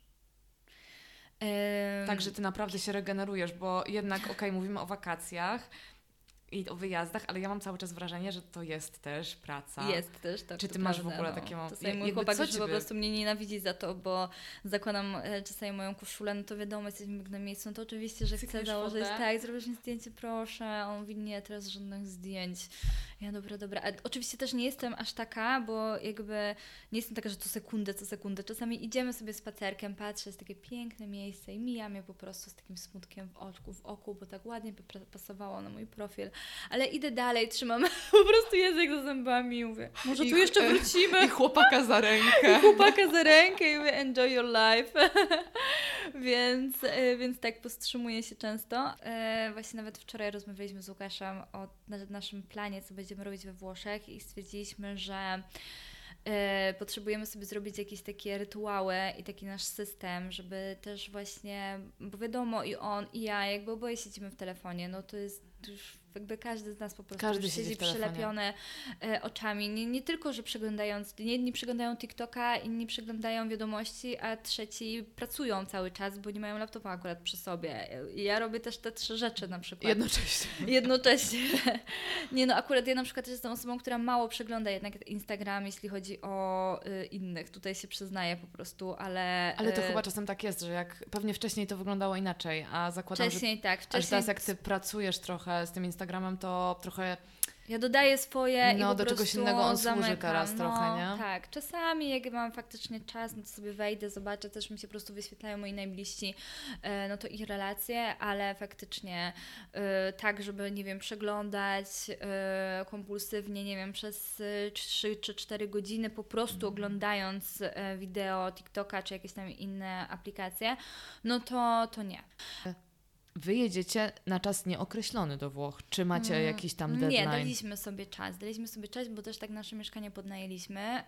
Tak, że Ty naprawdę się regenerujesz, bo jednak, okej, mówimy o wakacjach i o wyjazdach, ale ja mam cały czas wrażenie, że to jest też praca. Jest też, tak. Czy Ty masz w ogóle takie... To sobie mój chłopak już po prostu mnie nienawidzi za to, bo zakładam czasami moją koszulę, no to wiadomo, jesteśmy na miejscu, no to oczywiście, że chcę założyć, tak, zrobisz mi zdjęcie, proszę, a on mówi, nie, teraz żadnych zdjęć. Ja, dobra. A oczywiście też nie jestem aż taka, bo jakby nie jestem taka, że co sekundę. Czasami idziemy sobie spacerkiem, patrzę, jest takie piękne miejsce i mijam je po prostu z takim smutkiem w oku, bo tak ładnie by pasowało na mój profil. Ale idę dalej, trzymam po prostu język za zębami i mówię, może tu jeszcze wrócimy. I chłopaka za rękę. I mówię, enjoy your life. Więc tak powstrzymuję się często. Właśnie nawet wczoraj rozmawialiśmy z Łukaszem o naszym planie, co będziemy robić we Włoszech i stwierdziliśmy, że potrzebujemy sobie zrobić jakieś takie rytuały i taki nasz system, żeby też właśnie, bo wiadomo i on i ja, jakby oboje siedzimy w telefonie, no to jest już jakby każdy z nas po prostu siedzi przylepiony oczami. Nie tylko, że jedni przeglądają TikToka, inni przeglądają wiadomości, a trzeci pracują cały czas, bo nie mają laptopa akurat przy sobie. Ja robię też te 3 rzeczy na przykład. Jednocześnie. Nie no, akurat ja na przykład też jestem osobą, która mało przegląda jednak Instagram, jeśli chodzi o innych. Tutaj się przyznaję po prostu, ale... Ale to chyba czasem tak jest, że jak pewnie wcześniej to wyglądało inaczej, a zakładam, wcześniej. Aż teraz jak Ty pracujesz trochę z tym Instagramem, to trochę... Ja dodaję swoje i po do czegoś innego on służy teraz trochę, nie? Tak, czasami jak mam faktycznie czas, no to sobie wejdę, zobaczę, też mi się po prostu wyświetlają moi najbliżsi, no to ich relacje, ale faktycznie tak, żeby, nie wiem, przeglądać kompulsywnie, nie wiem, przez 3 czy 4 godziny po prostu oglądając wideo TikToka czy jakieś tam inne aplikacje, no to nie. Wy jedziecie na czas nieokreślony do Włoch. Czy macie jakiś tam deadline? Nie, daliśmy sobie czas, bo też tak nasze mieszkanie podnajęliśmy.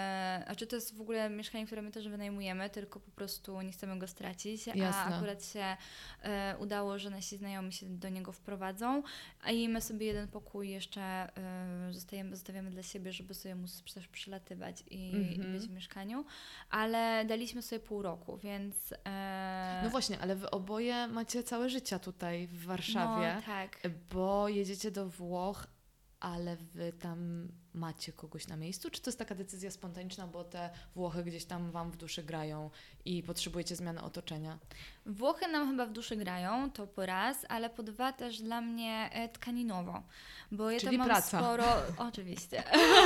To jest w ogóle mieszkanie, które my też wynajmujemy, tylko po prostu nie chcemy go stracić. Jasne. A akurat się udało, że nasi znajomi się do niego wprowadzą, a i my sobie jeden pokój jeszcze zostawiamy dla siebie, żeby sobie móc też przylatywać i być w mieszkaniu. Ale daliśmy sobie pół roku, więc... No właśnie, ale wy oboje macie całe życia tutaj w Warszawie, no, tak. Bo jedziecie do Włoch, ale Wy tam macie kogoś na miejscu? Czy to jest taka decyzja spontaniczna, bo te Włochy gdzieś tam Wam w duszy grają i potrzebujecie zmiany otoczenia? Włochy nam chyba w duszy grają, to po raz, ale po 2 też dla mnie tkaninowo. Bo ja Czyli tam mam praca. sporo... Oczywiście.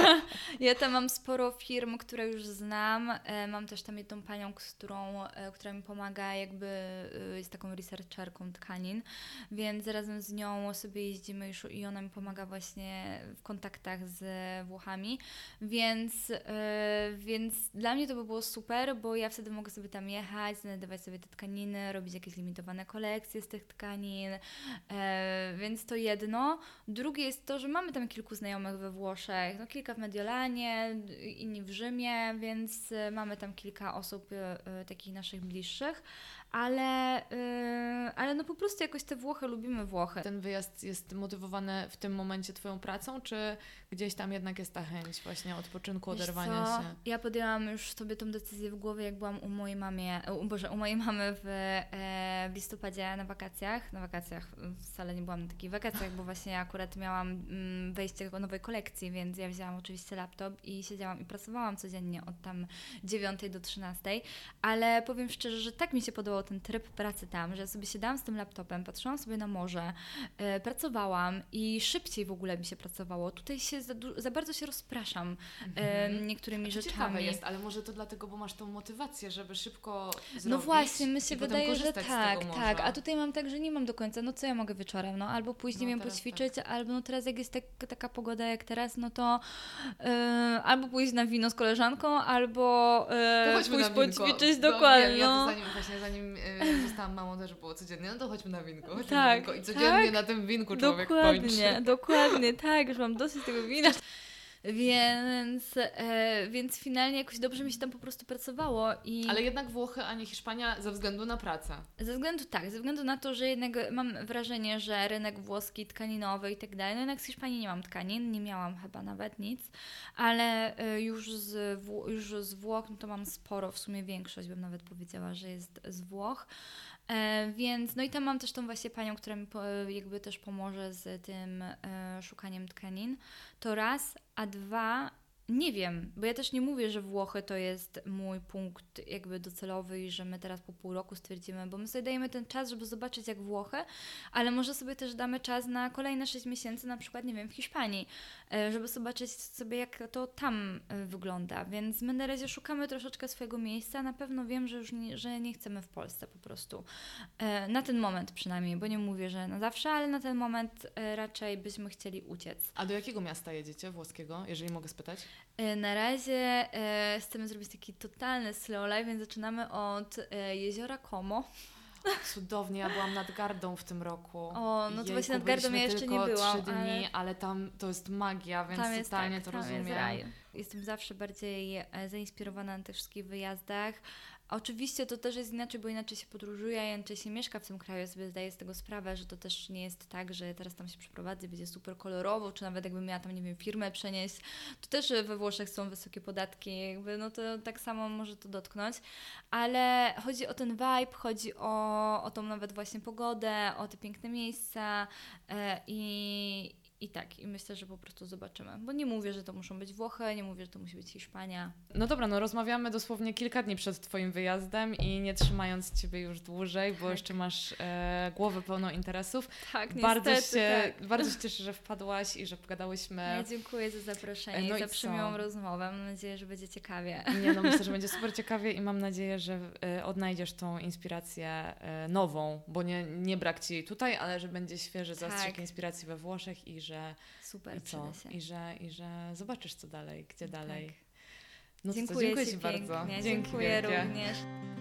Ja tam mam sporo firm, które już znam. Mam też tam jedną panią, która mi pomaga, jakby jest taką researcherką tkanin, więc razem z nią sobie jeździmy już i ona mi pomaga właśnie w kontaktach z Włochami, więc dla mnie to by było super, bo ja wtedy mogę sobie tam jechać, znajdować sobie te tkaniny, robić jakieś limitowane kolekcje z tych tkanin, więc to jedno. Drugie jest to, że mamy tam kilku znajomych we Włoszech, no kilka w Mediolanie, inni w Rzymie, więc mamy tam kilka osób takich naszych bliższych, ale no po prostu jakoś te Włochy, lubimy Włochy. Ten wyjazd jest motywowany w tym momencie Twoją pracą, czy gdzieś tam jednak jest ta chęć właśnie odpoczynku, oderwania się? Ja podjęłam już sobie tą decyzję w głowie, jak byłam u mojej mamy w listopadzie na wakacjach. Na wakacjach wcale nie byłam na takich wakacjach, bo właśnie ja akurat miałam wejście do nowej kolekcji, więc ja wzięłam oczywiście laptop i siedziałam i pracowałam codziennie od tam 9 do 13, ale powiem szczerze, że tak mi się podobał ten tryb pracy tam, że ja sobie siadałam z tym laptopem, patrzyłam sobie na morze, pracowałam i szybciej w ogóle mi się pracowało. Tutaj się za bardzo się rozpraszam niektórymi rzeczami. Ciekawe jest, ale może to dlatego, bo masz tą motywację, żeby szybko zrobić. No właśnie, mi się wydaje, że tak, tak. A tutaj mam tak, że nie mam do końca, no co ja mogę wieczorem, no albo pójść, nie wiem, poćwiczyć, albo no teraz jak jest taka pogoda jak teraz, no to albo pójść na wino z koleżanką, albo pójść poćwiczyć, dokładnie. Ja to zanim zostałam mamą, też było codziennie, no to chodźmy na winko, chodźmy Tak, na winko. I codziennie tak. na tym winku człowiek Dokładnie, kończy. dokładnie, tak, już mam dosyć tego wina. Więc finalnie jakoś dobrze mi się tam po prostu pracowało. Ale jednak Włochy, a nie Hiszpania ze względu na pracę. Ze względu na to, że jednak mam wrażenie, że rynek włoski, tkaninowy i tak dalej, no jednak z Hiszpanii nie mam tkanin, nie miałam chyba nawet nic, ale już z Włoch, no to mam sporo, w sumie większość bym nawet powiedziała, że jest z Włoch. Więc, no i tam mam też tą właśnie panią, która mi jakby też pomoże z tym szukaniem tkanin. To raz, a dwa, nie wiem, bo ja też nie mówię, że Włochy to jest mój punkt jakby docelowy i że my teraz po pół roku stwierdzimy, bo my sobie dajemy ten czas, żeby zobaczyć jak Włochy, ale może sobie też damy czas na kolejne 6 miesięcy, na przykład, nie wiem, w Hiszpanii, żeby zobaczyć sobie jak to tam wygląda, więc my na razie szukamy troszeczkę swojego miejsca, na pewno wiem, że już że nie chcemy w Polsce po prostu, na ten moment przynajmniej, bo nie mówię, że na zawsze, ale na ten moment raczej byśmy chcieli uciec. A do jakiego miasta jedziecie włoskiego, jeżeli mogę spytać? Na razie chcemy zrobić taki totalny slow life, więc zaczynamy od jeziora Como. Cudownie, ja byłam nad Gardą w tym roku. O, no to właśnie nad Gardą ja jeszcze nie byłam. 3 dni, ale tam to jest magia, więc tam jest, totalnie tak, to tam rozumiem. Jest raj. Jestem zawsze bardziej zainspirowana na tych wszystkich wyjazdach. Oczywiście to też jest inaczej, bo inaczej się podróżuje, inaczej się mieszka w tym kraju. Ja sobie zdaję z tego sprawę, że to też nie jest tak, że teraz tam się przeprowadzę, będzie super kolorowo, czy nawet jakbym miała tam, nie wiem, firmę przenieść. To też we Włoszech są wysokie podatki, jakby, no to tak samo może to dotknąć. Ale chodzi o ten vibe, chodzi o tą nawet właśnie pogodę, o te piękne miejsca i tak, i myślę, że po prostu zobaczymy. Bo nie mówię, że to muszą być Włochy, nie mówię, że to musi być Hiszpania. No dobra, no rozmawiamy dosłownie kilka dni przed Twoim wyjazdem i nie trzymając Ciebie już dłużej, bo jeszcze masz głowę pełną interesów. Tak, bardzo niestety, Bardzo się cieszę, że wpadłaś i że pogadałyśmy. Ja dziękuję za zaproszenie No i za i przymiłą rozmowę. Mam nadzieję, że będzie ciekawie. Nie, no myślę, że będzie super ciekawie i mam nadzieję, że odnajdziesz tą inspirację nową, bo nie brak Ci jej tutaj, ale że będzie świeży zastrzyk inspiracji we Włoszech i że super, i co? I że zobaczysz co dalej, gdzie dalej. Tak. No dziękuję Ci bardzo. Dziękuję wielkie. również.